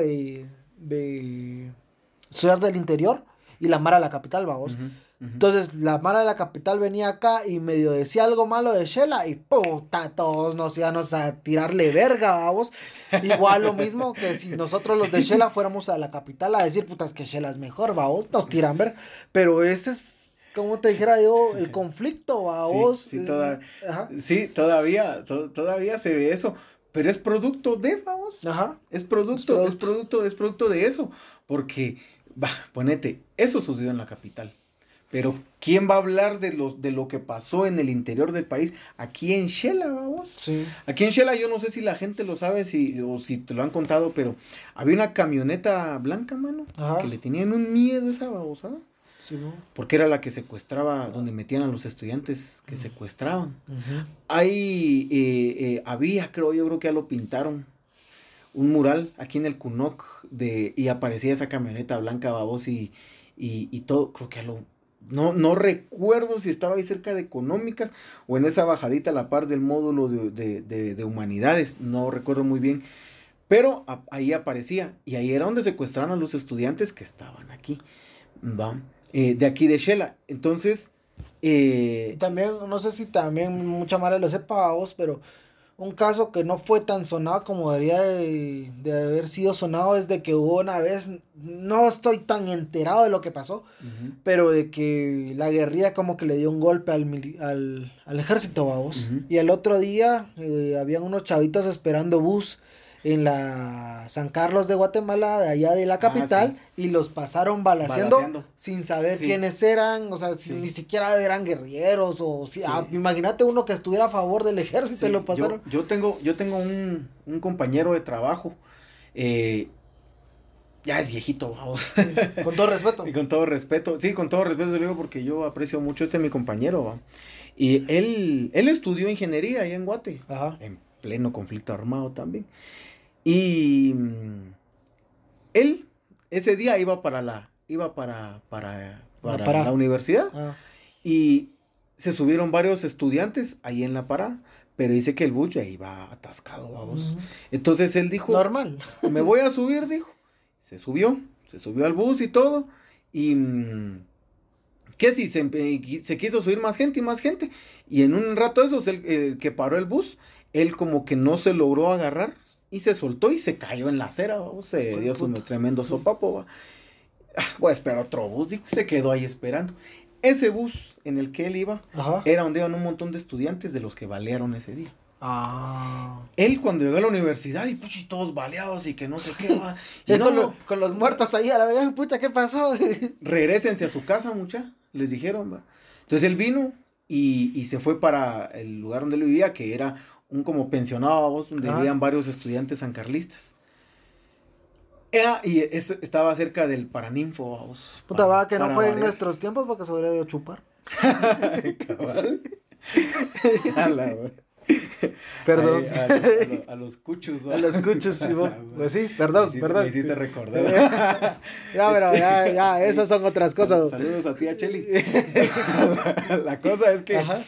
de Ciudad del Interior y la Mara de la capital, vamos. Ujú, ujú. Entonces la Mara de la capital venía acá y medio decía algo malo de Shela y puta, todos nos íbamos a tirarle verga, vamos. Igual lo mismo que si nosotros los de Shela fuéramos a la capital a decir, puta, es que Shela es mejor, vamos, nos tiran ver. Pero ese es, como te dijera yo, el conflicto, Sí, vamos. sí, Ajá, sí, todavía se ve eso, pero es producto de, vamos, ajá. es producto de eso, porque, ponete, eso sucedió en la capital, pero ¿quién va a hablar de lo que pasó en el interior del país? Aquí en Shela, vamos. Sí. Aquí en Shela yo no sé si la gente lo sabe o si te lo han contado, pero había una camioneta blanca, mano, Ajá. que le tenían un miedo a esa babosada. Sí, ¿no? Porque era la que secuestraba, donde metían a los estudiantes que secuestraban. Ujú. Ahí yo creo que ya lo pintaron, un mural aquí en el Cunoc y aparecía esa camioneta blanca, babos, y todo, creo que no recuerdo si estaba ahí cerca de Económicas o en esa bajadita a la par del módulo de Humanidades, no recuerdo muy bien, pero ahí aparecía, y ahí era donde secuestraron a los estudiantes que estaban aquí, ¿va? De aquí de Shela. Entonces, También, no sé si también mucha madre lo sepa a vos, pero un caso que no fue tan sonado como debería de haber sido sonado es de que hubo una vez, no estoy tan enterado de lo que pasó, ujú, pero de que la guerrilla como que le dio un golpe al ejército, vamos. ujú. Y el otro día habían unos chavitos esperando bus en la San Carlos de Guatemala, de allá de la capital, y los pasaron balaceando Balaceando. sin saber Sí. quiénes eran, o sea, Sí. ni siquiera eran guerrilleros, o si, Sí. Imagínate uno que estuviera a favor del ejército Sí, y lo pasaron. yo tengo un compañero de trabajo, eh, ya es viejito, vamos. Con todo respeto. Y con todo respeto, sí, con todo respeto se lo digo porque yo aprecio mucho mi compañero, ¿va? Y él estudió ingeniería allá en Guate, Ajá. en pleno conflicto armado también. Y él ese día iba para la universidad. Ah. Y se subieron varios estudiantes ahí en la parada, pero dice que el bus ya iba atascado, vamos. Ujú. Entonces él dijo, Normal. me voy a subir, dijo. Se subió al bus y todo. Y que si se quiso subir más gente y más gente. Y en un rato eso, que paró el bus, él como que no se logró agarrar y se soltó y se cayó en la acera, vamos. Se dio su tremendo sopapo, va. Voy a esperar otro bus, dijo, y se quedó ahí esperando. Ese bus en el que él iba, Ajá. era donde iban un montón de estudiantes de los que balearon ese día. Ah. Él cuando llegó a la universidad, y puchi, todos baleados y que no sé qué, va. Y Y no, con los muertos ahí a la vez, puta, ¿qué pasó? regrésense a su casa, mucha, les dijeron, va. Entonces él vino y se fue para el lugar donde él vivía, que era un como pensionado, vos, donde Ajá. vivían varios estudiantes sancarlistas. Estaba cerca del Paraninfo, vamos. Puta, va, que no para fue en variar. nuestros tiempos porque se hubiera ido a chupar. Cabal. A la wea. Perdón. Ahí, a los cuchos, ¿no? A los cuchos, sí, A vos. la wea. Pues sí, perdón, Me hiciste recordar. Ya, pero ya, esas son otras cosas. Saludos a tía Cheli. La cosa es que, Ajá.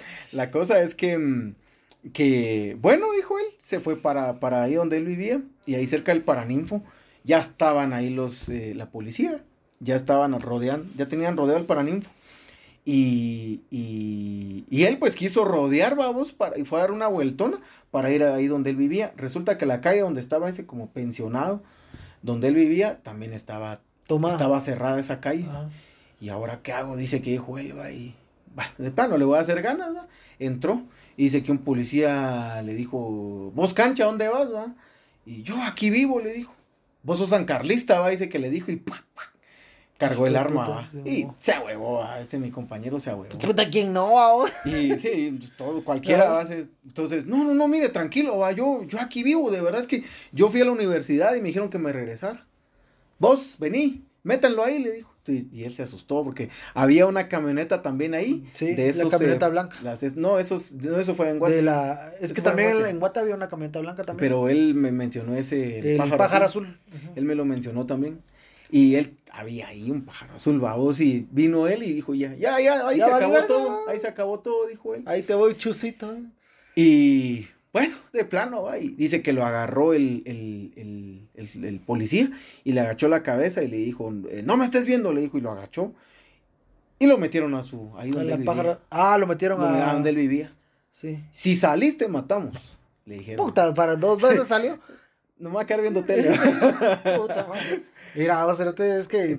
que, bueno, dijo él, se fue para ahí donde él vivía, y ahí cerca del Paraninfo, ya estaban ahí la policía, ya estaban rodeando, ya tenían rodeado el Paraninfo. Y él pues quiso rodear, vamos, y fue a dar una vueltona para ir ahí donde él vivía. Resulta que la calle donde estaba ese como pensionado, donde él vivía, también estaba cerrada esa calle. Ajá. Y ahora, ¿qué hago? Dice que dijo él, va, y de plano le voy a hacer ganas, ¿va? Entró y dice que un policía le dijo, ¿vos cancha, dónde vas, va? Y yo aquí vivo, le dijo. Vos sos sancarlista, va, dice que le dijo, y cargó el arma, va. Y se ahuevó, va. Mi compañero se ahuevó. Puta, ¿quién no, va? Y sí, cualquiera va a hacer. Entonces, no, mire, tranquilo, va, yo aquí vivo, de verdad es que yo fui a la universidad y me dijeron que me regresara. Vos, vení, métanlo ahí, le dijo. y él se asustó porque había una camioneta también ahí. Sí, de esos, la camioneta blanca. No, eso fue en Guate. Es Eso que fue en también Guate. en Guate había una camioneta blanca también. Pero él me mencionó El pájaro azul. Uh-huh. Él me lo mencionó también. Y él, había ahí un pájaro azul, babos, y vino él y dijo, ya, ahí Ya se vale acabó verga. todo, ahí se acabó todo, dijo él. Ahí te voy, chusito. Y bueno, de plano, va, y dice que lo agarró el policía y le agachó la cabeza y le dijo, no me estés viendo, le dijo, y lo agachó. Y lo metieron ahí donde él vivía. Lo metieron a donde él vivía. Sí. Si saliste, matamos, le dijeron. Puta, para 2 veces salió. No me va a quedar viendo tele. Puta madre. Mira, vos, es que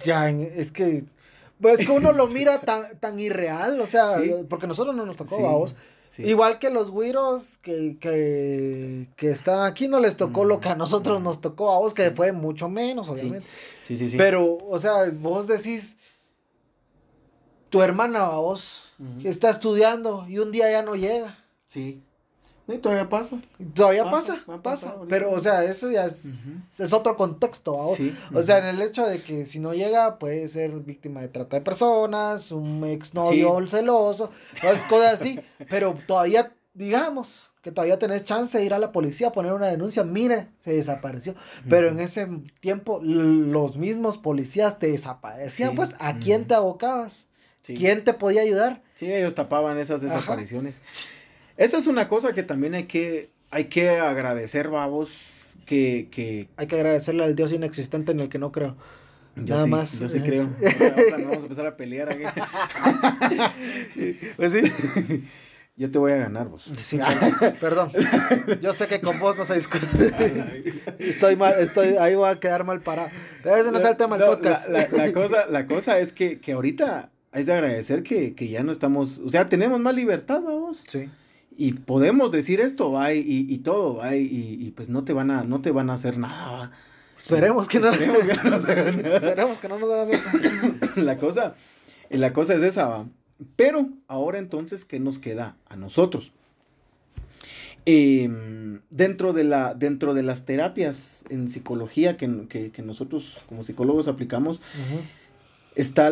pues que uno lo mira tan irreal, o sea, sí. Porque nosotros no nos tocó, sí, vos. Sí. Igual que los güiros que están aquí no les tocó lo que a nosotros nos tocó, a vos, que fue mucho menos, obviamente. Sí. Pero, o sea, vos decís, tu hermana, vos, que está estudiando y un día ya no llega. Sí. Y todavía pasa. Todavía pasa. Pero, o sea, eso ya es otro contexto. ¿Va? Sí. O sea, en el hecho de que si no llega, puede ser víctima de trata de personas, un exnovio celoso, cosas así. Pero todavía, digamos, que todavía tenés chance de ir a la policía a poner una denuncia. Mire, se desapareció. Pero en ese tiempo, los mismos policías te desaparecían. Pues, ¿a quién te abocabas? Sí. ¿Quién te podía ayudar? Sí, ellos tapaban esas desapariciones. Esa es una cosa que también hay que agradecer, babos, que... Hay que agradecerle al Dios inexistente en el que no creo. Nada más. Yo sí creo. Ahora vamos a empezar a pelear aquí. Pues sí. Yo te voy a ganar, vos. Sí, perdón. Yo sé que con vos no se discute. Ahí voy a quedar mal parado. Pero ese no es el tema del podcast. La cosa es que ahorita hay que agradecer que ya no estamos... O sea, tenemos más libertad, vamos. Sí. Y podemos decir esto, va, y todo, va, y pues no te van a hacer nada, va. Esperemos que no nos hagan nada. Esperemos que no nos hagan nada. La cosa es esa, va. Pero ahora entonces, ¿qué nos queda a nosotros? Dentro de las terapias en psicología que nosotros como psicólogos aplicamos, está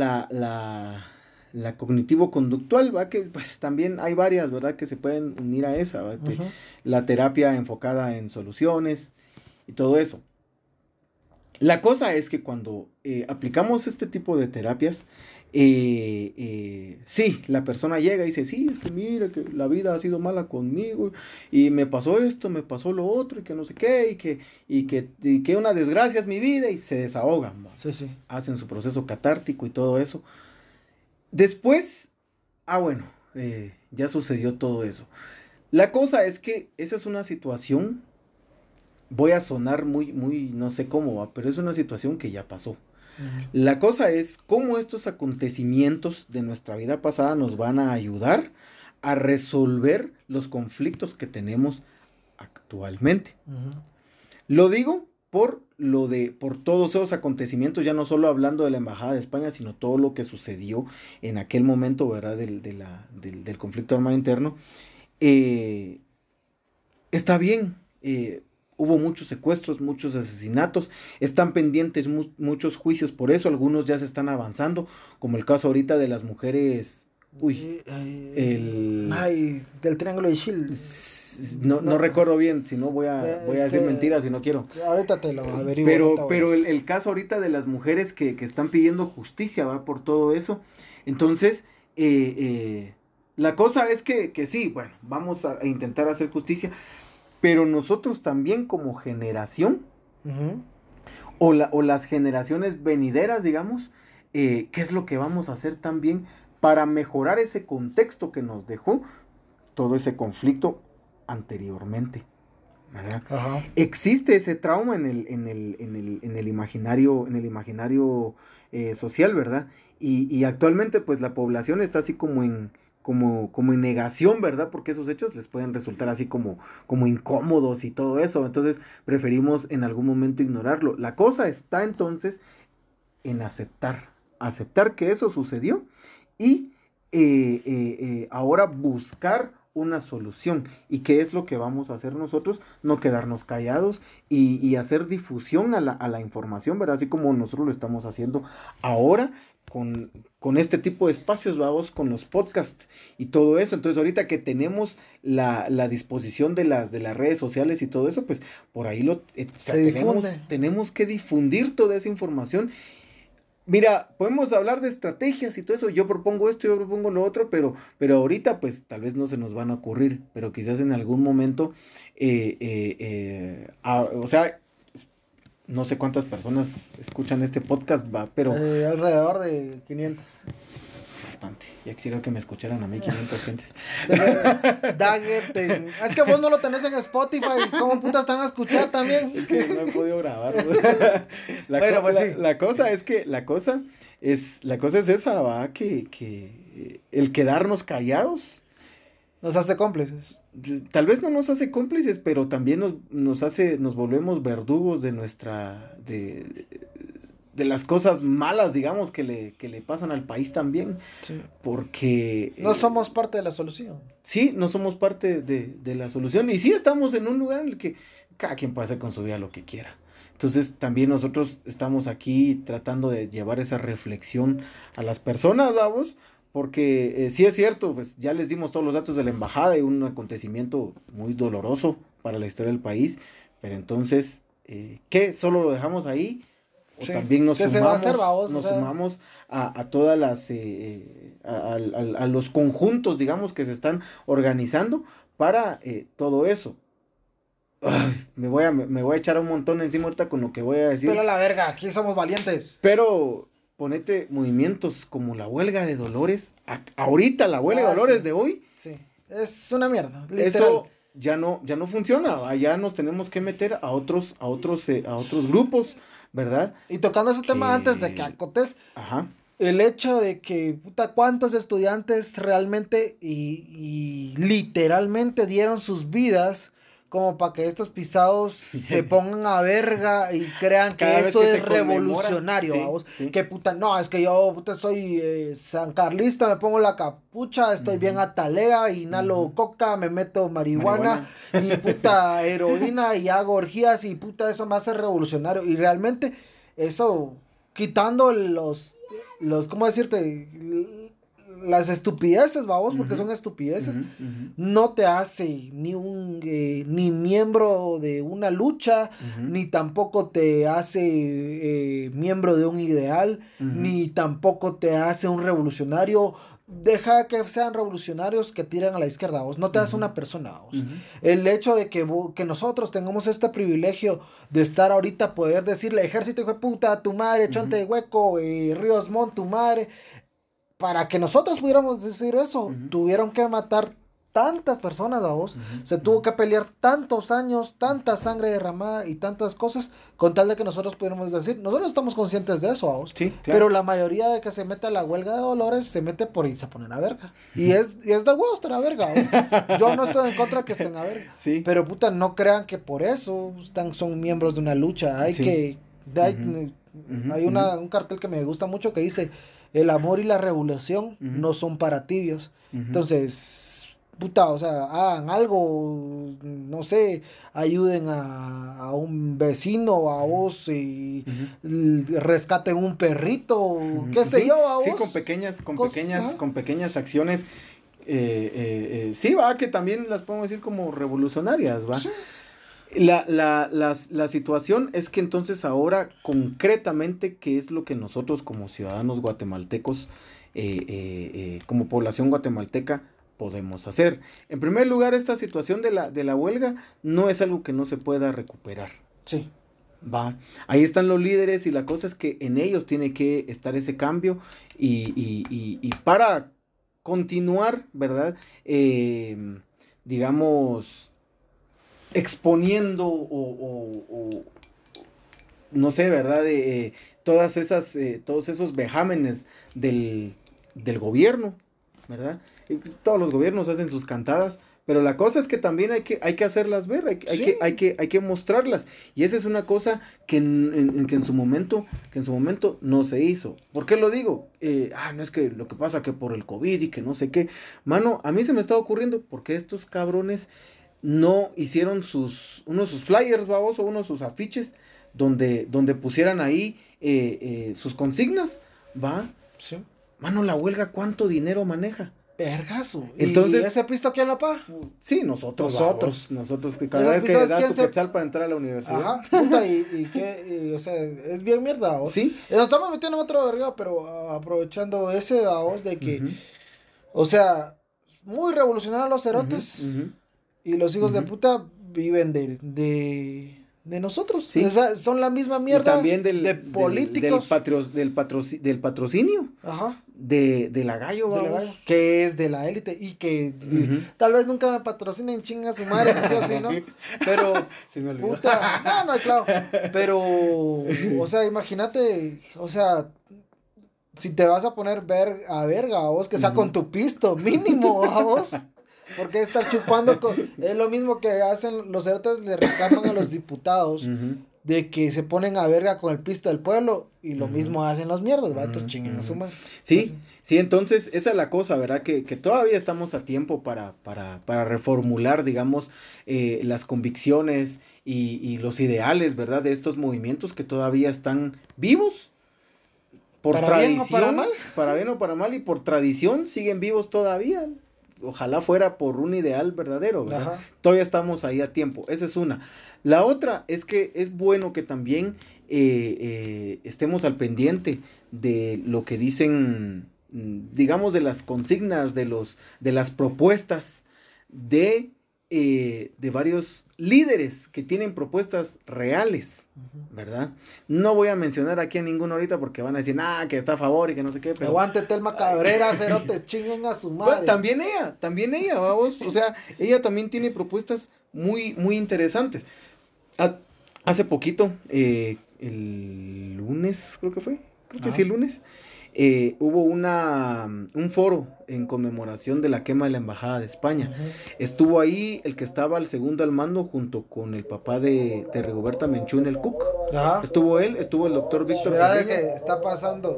la cognitivo-conductual, ¿va? Que pues también hay varias, ¿verdad? Que se pueden unir a esa, ¿va? La terapia enfocada en soluciones y todo eso. La cosa es que cuando aplicamos este tipo de terapias, sí, la persona llega y dice, sí, es que mira que la vida ha sido mala conmigo y me pasó esto, me pasó lo otro y que no sé qué y que una desgracia es mi vida y se desahogan, ¿va? Sí. Hacen su proceso catártico y todo eso. Después, bueno, ya sucedió todo eso. La cosa es que esa es una situación, voy a sonar muy, no sé cómo va, pero es una situación que ya pasó. La cosa es cómo estos acontecimientos de nuestra vida pasada nos van a ayudar a resolver los conflictos que tenemos actualmente. Lo digo por todos esos acontecimientos, ya no solo hablando de la Embajada de España, sino todo lo que sucedió en aquel momento, ¿verdad? Del conflicto armado interno. Está bien, hubo muchos secuestros, muchos asesinatos, están pendientes muchos juicios por eso, algunos ya se están avanzando, como el caso ahorita de las mujeres... del Triángulo de Shield. No recuerdo bien, si no voy a decir mentiras, si no quiero. Ahorita te lo averiguo. Pero el caso ahorita de las mujeres que están pidiendo justicia, va, por todo eso. Entonces, la cosa es que sí, bueno, vamos a intentar hacer justicia, pero nosotros también como generación, o las generaciones venideras, digamos, ¿qué es lo que vamos a hacer también para mejorar ese contexto que nos dejó todo ese conflicto anteriormente, ¿verdad? Existe ese trauma en el imaginario social, ¿verdad? Y actualmente pues la población está así como en negación, ¿verdad? Porque esos hechos les pueden resultar así como incómodos y todo eso, entonces preferimos en algún momento ignorarlo. La cosa está entonces en aceptar que eso sucedió y ahora buscar una solución. ¿Y qué es lo que vamos a hacer nosotros? No quedarnos callados y hacer difusión a la información, ¿verdad? Así como nosotros lo estamos haciendo ahora con este tipo de espacios, vamos, con los podcasts y todo eso. Entonces, ahorita que tenemos la disposición de las redes sociales y todo eso, pues por ahí o sea, tenemos que difundir toda esa información. Mira, podemos hablar de estrategias y todo eso. Yo propongo esto, yo propongo lo otro, pero ahorita pues tal vez no se nos van a ocurrir, pero quizás en algún momento, o sea, no sé cuántas personas escuchan este podcast, va, pero alrededor de 500. Bastante. Ya quisiera que me escucharan a mí 500 gentes. Daggett, es que vos no lo tenés en Spotify. ¿Cómo putas están a escuchar también? Es que no he podido grabar. Sí. La cosa es que la cosa es esa, va, que el quedarnos callados nos hace cómplices. Tal vez no nos hace cómplices, pero también nos volvemos verdugos de de las cosas malas, digamos, que le pasan al país también. Sí. Porque no somos parte de la solución. Sí, no somos parte de la solución. Y sí estamos en un lugar en el que cada quien puede hacer con su vida lo que quiera. Entonces también nosotros estamos aquí tratando de llevar esa reflexión a las personas, vamos, porque sí es cierto, pues ya les dimos todos los datos de la embajada y un acontecimiento muy doloroso para la historia del país, pero entonces, ¿qué? ¿Solo lo dejamos ahí? O sí, también nos sumamos a todas las a los conjuntos, digamos, que se están organizando para todo eso. Ay, me voy a echar un montón encima ahorita con lo que voy a decir. Pero la verga, aquí somos valientes. Pero ponete movimientos como la huelga de Dolores. Ahorita la huelga de Dolores de hoy. Sí, es una mierda. Literal. Eso ya no funciona. Allá nos tenemos que meter a otros grupos, ¿verdad? Y tocando ese tema antes de que acotes. Ajá. El hecho de que, puta, cuántos estudiantes realmente y literalmente dieron sus vidas como para que estos pisados se pongan a verga y crean que eso es revolucionario, ¿vamos? Sí. Que puta, no, es que yo, puta, soy sancarlista, me pongo la capucha, estoy bien atalea, inhalo coca, me meto marihuana y puta, heroína y hago orgías y puta, eso me hace revolucionario. Y realmente eso, quitando los ¿cómo decirte? Las estupideces, vamos, porque son estupideces, no te hace ni miembro de una lucha, ni tampoco te hace miembro de un ideal, ni tampoco te hace un revolucionario. Deja que sean revolucionarios que tiran a la izquierda, vos. No te hace una persona, vos. El hecho de que nosotros tengamos este privilegio de estar ahorita, poder decirle, ejército hijo de puta, tu madre, chonte de hueco, Ríos Montt, tu madre. Para que nosotros pudiéramos decir eso, tuvieron que matar tantas personas, a vos. Se tuvo que pelear tantos años, tanta sangre derramada y tantas cosas, con tal de que nosotros pudiéramos decir, nosotros estamos conscientes de eso, a vos. Sí, claro. Pero la mayoría de que se mete a la huelga de Dolores, se mete por irse a poner a verga. Y es de huevos estar a verga, ¿vos? Yo no estoy en contra de que estén a verga. Sí. Pero puta, no crean que por eso son miembros de una lucha. Hay hay un cartel que me gusta mucho que dice: el amor y la revolución no son para tibios. Entonces, puta, o sea, hagan algo, no sé, ayuden a un vecino, a vos, y rescaten un perrito, qué sé yo, a vos. Sí, con pequeñas acciones, sí, va, que también las podemos decir como revolucionarias, va. Sí. La situación es que entonces ahora concretamente qué es lo que nosotros como ciudadanos guatemaltecos, como población guatemalteca podemos hacer. En primer lugar, esta situación de la huelga no es algo que no se pueda recuperar. Sí. Va, ahí están los líderes y la cosa es que en ellos tiene que estar ese cambio y para continuar, ¿verdad? Digamos, exponiendo o no sé, ¿verdad? Todos esos vejámenes del gobierno, ¿verdad? Todos los gobiernos hacen sus cantadas, Pero la cosa es que también hay que hacerlas ver, hay que mostrarlas. Y esa es una cosa que que en su momento no se hizo. ¿Por qué lo digo? No es que lo que pasa que por el COVID y que no sé qué. Mano, a mí se me está ocurriendo porque estos cabrones no hicieron uno de sus flyers, babos, o uno de sus afiches donde pusieran ahí sus consignas, ¿va? Sí. Mano, la huelga, ¿cuánto dinero maneja? Vergazo. Entonces, ¿y ese pisto quién lo paga? Sí, nosotros que cada vez que das tu quetzal para entrar a la universidad. Ajá, puta, o sea, es bien mierda, ¿vos? Sí. Nos estamos metiendo en otro verga, pero aprovechando ese, ¿vos? De que, o sea, muy revolucionarios los cerotes, y los hijos de puta viven de nosotros. Sí. O sea, son la misma mierda y también de políticos. Del patrocinio. Ajá. De la Gallo, de la Gallo, que es de la élite y que tal vez nunca me patrocinen, chinga su madre, sí o sí, ¿no? Pero, se me olvidó. Puta, no, claro, pero, o sea, imagínate, o sea, si te vas a poner a verga, a vos, que sea con tu pisto, mínimo, a vos, porque estar chupando, es lo mismo que hacen los cerotes, le reclaman a los diputados, de que se ponen a verga con el pisto del pueblo y lo mismo hacen los mierdas, ¿va? Entonces chinguen a su madre. Sí, sí, entonces esa es la cosa, ¿verdad? Que todavía estamos a tiempo para reformular, digamos, las convicciones y los ideales, ¿verdad? De estos movimientos que todavía están vivos. Por ¿Para tradición, bien o para mal? Para bien o para mal, y por tradición siguen vivos todavía. Ojalá fuera por un ideal verdadero, ¿verdad? Ajá. Todavía estamos ahí a tiempo, esa es una. La otra es que es bueno que también estemos al pendiente de lo que dicen, digamos, de las consignas, de las propuestas de varios líderes que tienen propuestas reales, ¿verdad? No voy a mencionar aquí a ninguno ahorita porque van a decir, que está a favor y que no sé qué, pero... Aguante Telma Cabrera, cerote, chinguen a su madre. Bueno, también ella, vamos, o sea, ella también tiene propuestas muy, muy interesantes. Hace poquito, el lunes, creo que sí, el lunes, hubo un foro en conmemoración de la quema de la Embajada de España. Estuvo ahí el que estaba al segundo al mando junto con el papá de Rigoberta Menchú en el CUC. Estuvo él, estuvo el doctor Víctor Ferreña. Que está pasando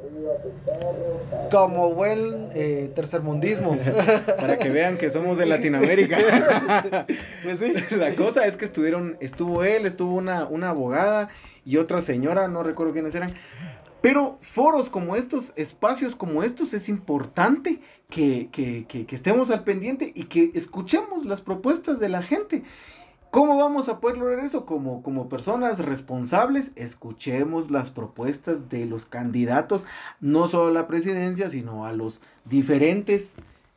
como buen tercermundismo. Para que vean que somos de Latinoamérica. Pues sí. La cosa es que estuvo él, estuvo una abogada y otra señora, no recuerdo quiénes eran. Pero foros como estos, espacios como estos, es importante que estemos al pendiente y que escuchemos las propuestas de la gente. ¿Cómo vamos a poder lograr eso? Como personas responsables, escuchemos las propuestas de los candidatos, no solo a la presidencia, sino a las diferentes,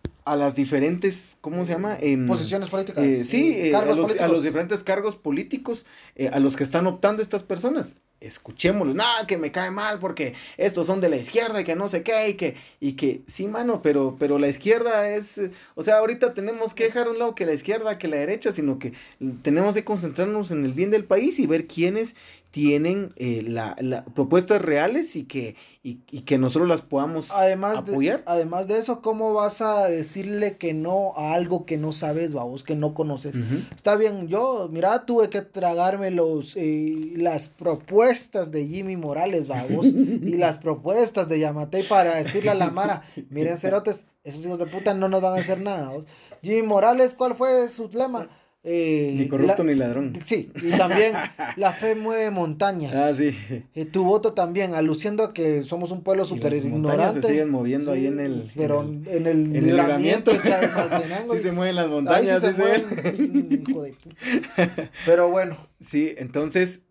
¿cómo se llama? Posiciones políticas. Sí, a los diferentes cargos políticos a los que están optando estas personas. Escuchémoslos, que me cae mal porque estos son de la izquierda y que no sé qué, y que sí, mano, pero la izquierda es, o sea, ahorita tenemos que dejar a un lado que la izquierda, que la derecha, sino que tenemos que concentrarnos en el bien del país y ver quiénes tienen la propuestas reales y que nosotros las podamos apoyar. Además de eso, ¿cómo vas a decirle que no a algo que no sabes, babos, que no conoces? Está bien, mira, tuve que tragarme las propuestas de Jimmy Morales, babos, y las propuestas de Yamatei para decirle a la Mara, miren, cerotes, esos hijos de puta no nos van a hacer nada, babos. Jimmy Morales, ¿cuál fue su lema? Ni corrupto ni ladrón. Sí, y también la fe mueve montañas. Sí. Tu voto también, aluciendo a que somos un pueblo súper ignorante. Las montañas se siguen moviendo ahí en el... Pero en el libramiento. Sí se mueven las montañas. Sí se mueven, hijo de puta. Pero bueno. Sí, entonces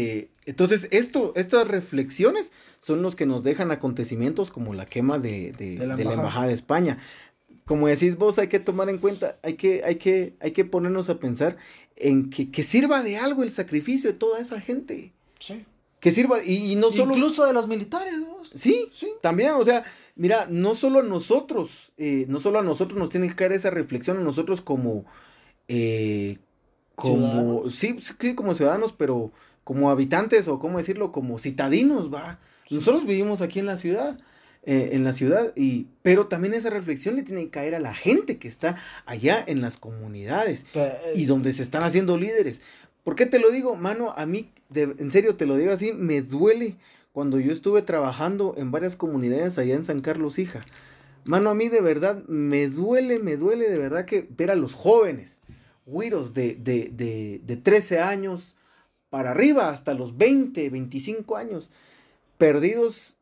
estas reflexiones son los que nos dejan acontecimientos como la quema de la Embajada de España. Como decís vos, hay que tomar en cuenta, hay que ponernos a pensar en que sirva de algo el sacrificio de toda esa gente. Sí. Que sirva, y no solo... Incluso de los militares, vos. Sí, también, o sea, mira, no solo a nosotros nos tiene que caer esa reflexión, a nosotros como como ciudadanos, pero como habitantes, o cómo decirlo, como citadinos, va. Sí. Nosotros vivimos aquí en la ciudad. en la ciudad, pero también esa reflexión le tiene que caer a la gente que está allá en las comunidades y donde se están haciendo líderes. ¿Por qué te lo digo, mano? A mí, en serio te lo digo así, me duele cuando yo estuve trabajando en varias comunidades allá en San Carlos, hija. Mano, a mí de verdad me duele de verdad que ver a los jóvenes, güiros de 13 años para arriba, hasta los 20, 25 años, perdidos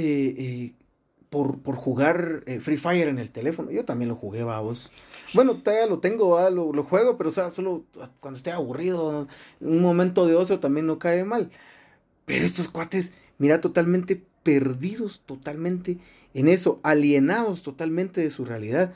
por jugar Free Fire en el teléfono. Yo también lo jugué, vos. Bueno, todavía lo tengo, lo juego, pero o sea, solo cuando esté aburrido, un momento de ocio también no cae mal. Pero estos cuates, mira, totalmente perdidos, totalmente en eso, alienados totalmente de su realidad.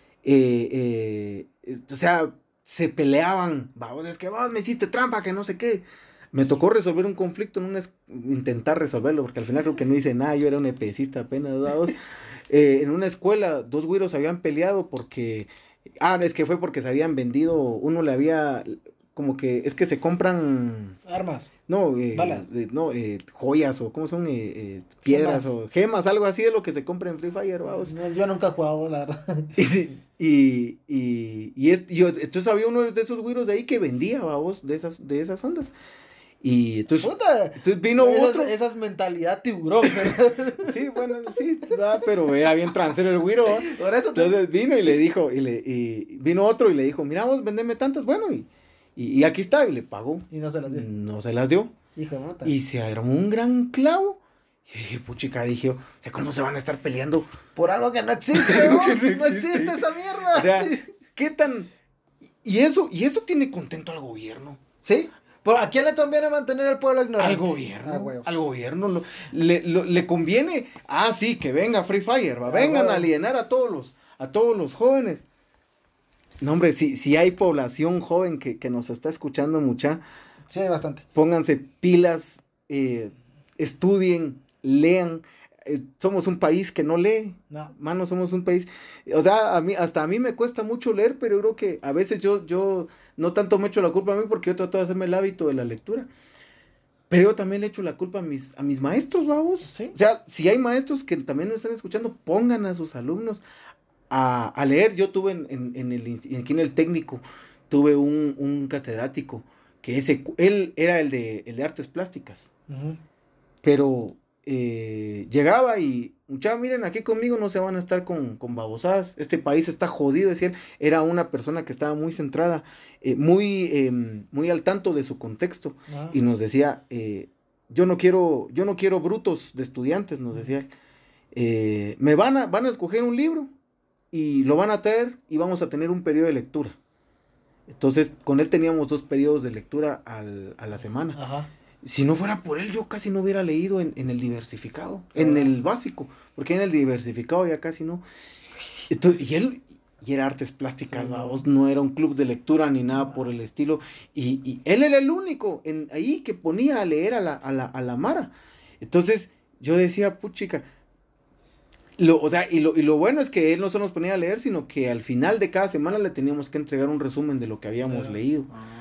O sea, se peleaban, vamos, es que vos me hiciste trampa, que no sé qué. Me tocó resolver un conflicto, intentar resolverlo, porque al final creo que no hice nada, yo era un EPCista apenas, vamos. En una escuela, dos güiros habían peleado porque, es que fue porque se habían vendido, uno le había, como que, es que se compran... Armas. No, balas. Joyas o ¿cómo son? Piedras Gemas. o gemas, algo así de lo que se compra en Free Fire, vamos. No, yo nunca he jugado, la verdad. Entonces había uno de esos güiros de ahí que vendía, vamos, de esas ondas. Y entonces, Puta, entonces vino otro. Esa es mentalidad tiburón. Sí, bueno, sí, pero era bien transero el güiro. Por eso entonces vino y le dijo, y vino otro y le dijo, mira vos, vendeme tantas, bueno, y aquí está, y le pagó. Y no se las dio. No se las dio. Hijo de puta. Y se armó un gran clavo. Y dije, puchica, dije, o sea, ¿cómo se van a estar peleando? Por algo que no existe, No ¿no? existe. No existe esa mierda. O sea, ¿qué tan...? Y eso tiene contento al gobierno. ¿Sí? ¿A quién le conviene mantener al pueblo ignorante? Al gobierno. Huevos. Al gobierno. Le conviene, sí, que venga Free Fire, vengan a alienar a todos los jóvenes. No, hombre, si hay población joven que nos está escuchando mucha. Sí, hay bastante. Pónganse pilas, estudien, lean. Somos un país que no lee. No. Mano, somos un país. O sea, hasta a mí me cuesta mucho leer, pero creo que a veces yo no tanto me echo la culpa a mí porque yo trato de hacerme el hábito de la lectura. Pero yo también le echo la culpa a mis maestros, vamos. ¿Sí? O sea, si hay maestros que también nos están escuchando, pongan a sus alumnos a leer. Yo tuve aquí en el técnico, tuve un catedrático que él era el de artes plásticas. Uh-huh. Pero llegaba y, muchachos, miren, aquí conmigo no se van a estar con babosadas. Este país está jodido, decía él. Era una persona que estaba muy centrada, muy al tanto de su contexto. Uh-huh. Y nos decía, yo no quiero brutos de estudiantes, nos decía él. Me van a escoger un libro y lo van a traer y vamos a tener un periodo de lectura. Entonces, con él teníamos 2 periodos de lectura a la semana. Ajá. Si no fuera por él, yo casi no hubiera leído en el diversificado, en el básico, porque en el diversificado ya casi no. Entonces, y era artes plásticas, vamos, no era un club de lectura ni nada por el estilo. Y él era el único ahí que ponía a leer a la Mara. Entonces, yo decía, puchica. O sea, y lo bueno es que él no solo nos ponía a leer, sino que al final de cada semana le teníamos que entregar un resumen de lo que habíamos leído.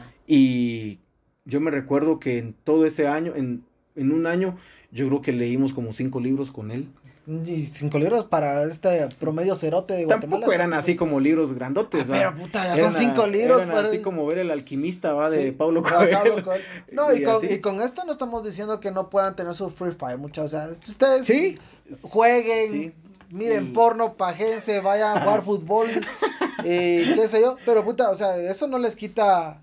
Y yo me recuerdo que en todo ese año, en un año, yo creo que leímos como 5 libros con él. Y 5 libros para este promedio cerote de Guatemala. Tampoco eran así como libros grandotes, pero puta, ya son 5 libros. Eran así como ver El Alquimista, de Paulo Coelho. No, y con esto no estamos diciendo que no puedan tener su Free Fire, muchachos. O sea, ustedes jueguen, miren porno, pajense, vayan a jugar fútbol, qué sé yo. Pero puta, o sea, eso no les quita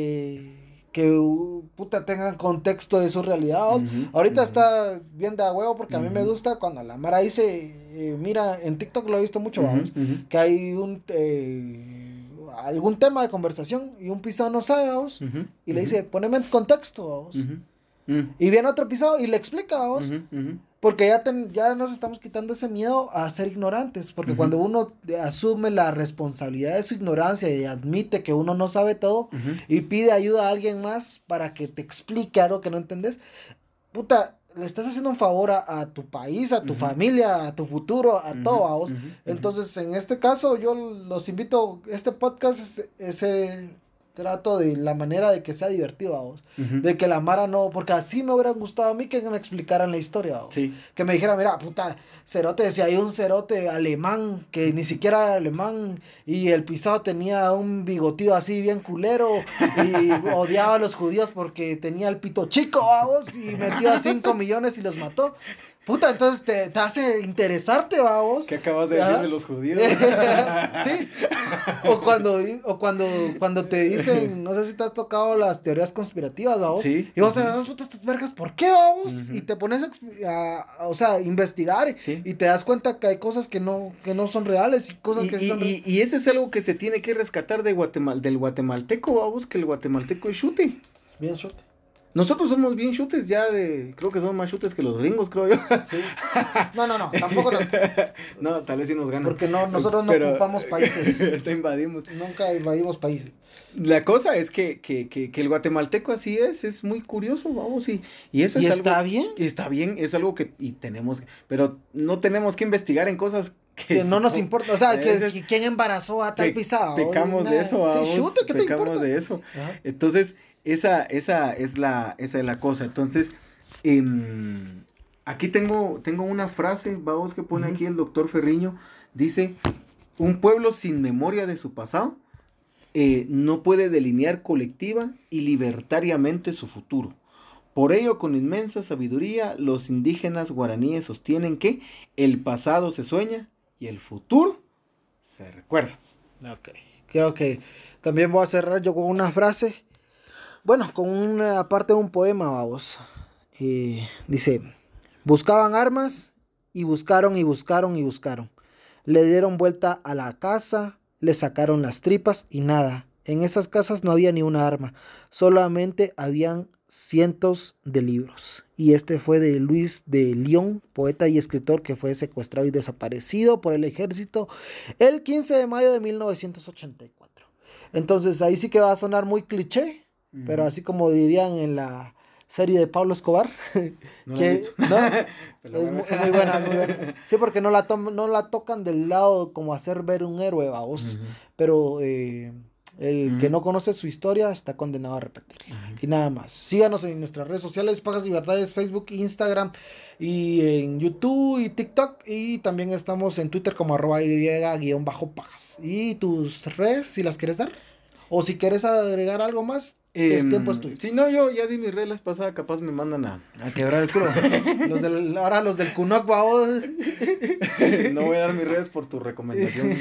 que puta tengan contexto de su realidad. Ahorita está bien de a huevo porque a mí me gusta cuando la Mara dice, mira, en TikTok lo he visto mucho, vamos, que hay algún tema de conversación y un pisado no sabe, vamos, y le dice, poneme en contexto, vamos. Y viene otro pisado y le explica, vamos. Porque ya nos estamos quitando ese miedo a ser ignorantes. Porque cuando uno asume la responsabilidad de su ignorancia y admite que uno no sabe todo y pide ayuda a alguien más para que te explique algo que no entendés, puta, le estás haciendo un favor a tu país, a tu familia, a tu futuro, a todo, a vos. Entonces, en este caso, yo los invito, este podcast trato de la manera de que sea divertido, vamos. De que la Mara no, porque así me hubiera gustado a mí que me explicaran la historia, vamos. Sí. Que me dijeran, mira, puta, cerote, si hay un cerote alemán que ni siquiera era alemán y el pisado tenía un bigotío así bien culero y odiaba a los judíos porque tenía el pito chico, vamos, y metió a 5 millones y los mató. Puta, entonces te hace interesarte, vamos. ¿Qué acabas de decir de los judíos? Sí. O cuando te dicen, no sé si te has tocado las teorías conspirativas, vamos. Sí. Y vos te das putas estas vergas, ¿por qué, vamos? Y te pones o sea, investigar y te das cuenta que hay cosas que no son reales y cosas que sí son reales. Y eso es algo que se tiene que rescatar del guatemalteco, vamos, que el guatemalteco es chute. Bien chute. Nosotros somos bien chutes ya creo que somos más chutes que los gringos, creo yo. Sí. No, tampoco. No, tal vez sí nos ganan. Porque nosotros no ocupamos países. Te invadimos. Nunca invadimos países. La cosa es que el guatemalteco así es muy curioso, vamos, y eso ¿Y es está algo, bien? Está bien, es algo que, pero no tenemos que investigar en cosas que no nos importa, o sea, que quién embarazó a tal pisado. Pecamos de eso, vamos, sí, chute, ¿qué te importa? Pecamos de eso. Ajá. Entonces, esa es la cosa. Entonces, aquí tengo una frase, vamos, que pone aquí el doctor Ferriño, dice, un pueblo sin memoria de su pasado no puede delinear colectiva y libertariamente su futuro. Por ello, con inmensa sabiduría, los indígenas guaraníes sostienen que el pasado se sueña y el futuro se recuerda. Ok, creo que también voy a cerrar yo con una frase, bueno, con una parte de un poema, vamos. Dice, buscaban armas y buscaron y buscaron y buscaron. Le dieron vuelta a la casa, le sacaron las tripas y nada. En esas casas no había ni una arma, solamente habían cientos de libros. Y este fue de Luis de León, poeta y escritor que fue secuestrado y desaparecido por el ejército el 15 de mayo de 1984. Entonces ahí sí que va a sonar muy cliché, pero así como dirían en la serie de Pablo Escobar, no que ¿no? Es muy buena, muy buena. Sí, porque no la tocan del lado como hacer ver un héroe, vamos, pero el que no conoce su historia está condenado a repetirla. Y nada más. Síganos en nuestras redes sociales, Pajas y Verdades, Facebook, Instagram y en YouTube y TikTok. Y también estamos en Twitter como @y_pajas. Y tus redes, si las quieres dar. O si quieres agregar algo más, el tiempo es tuyo. Si no, yo ya di mis reglas pasadas, capaz me mandan a quebrar el culo. Ahora los del Cunoc, vamos. No voy a dar mis redes por tu recomendación.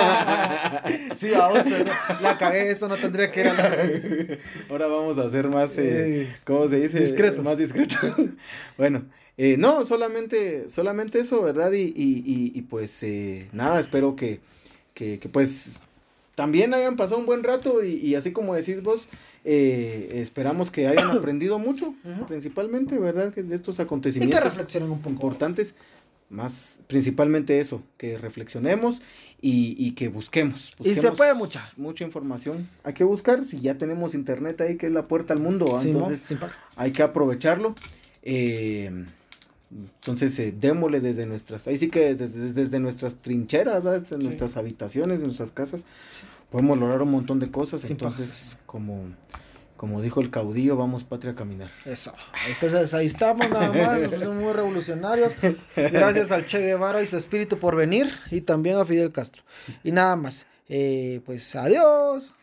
Sí, vamos, pero la cagué, eso no tendría que ir Ahora vamos a ser más, ¿cómo se dice? Discretos. Más discretos. Bueno, no, solamente eso, ¿verdad? Y pues, nada, espero que pues también hayan pasado un buen rato y así como decís vos, esperamos que hayan aprendido mucho, principalmente, ¿verdad? Que de estos acontecimientos. Y que reflexionen un poco. Importantes, más principalmente eso, que reflexionemos y que busquemos. Y se puede mucha información. Hay que buscar, si ya tenemos internet ahí, que es la puerta al mundo, sí, entonces sin paz. hay que aprovecharlo. Entonces, démosle desde nuestras, ahí sí que desde nuestras trincheras, ¿sabes? Desde nuestras habitaciones, nuestras casas, podemos lograr un montón de cosas. Sin entonces, como dijo el caudillo, vamos patria a caminar. Eso. Entonces, ahí estamos nada más, nos pusimos muy revolucionarios. Gracias al Che Guevara y su espíritu por venir, y también a Fidel Castro. Y nada más, pues adiós.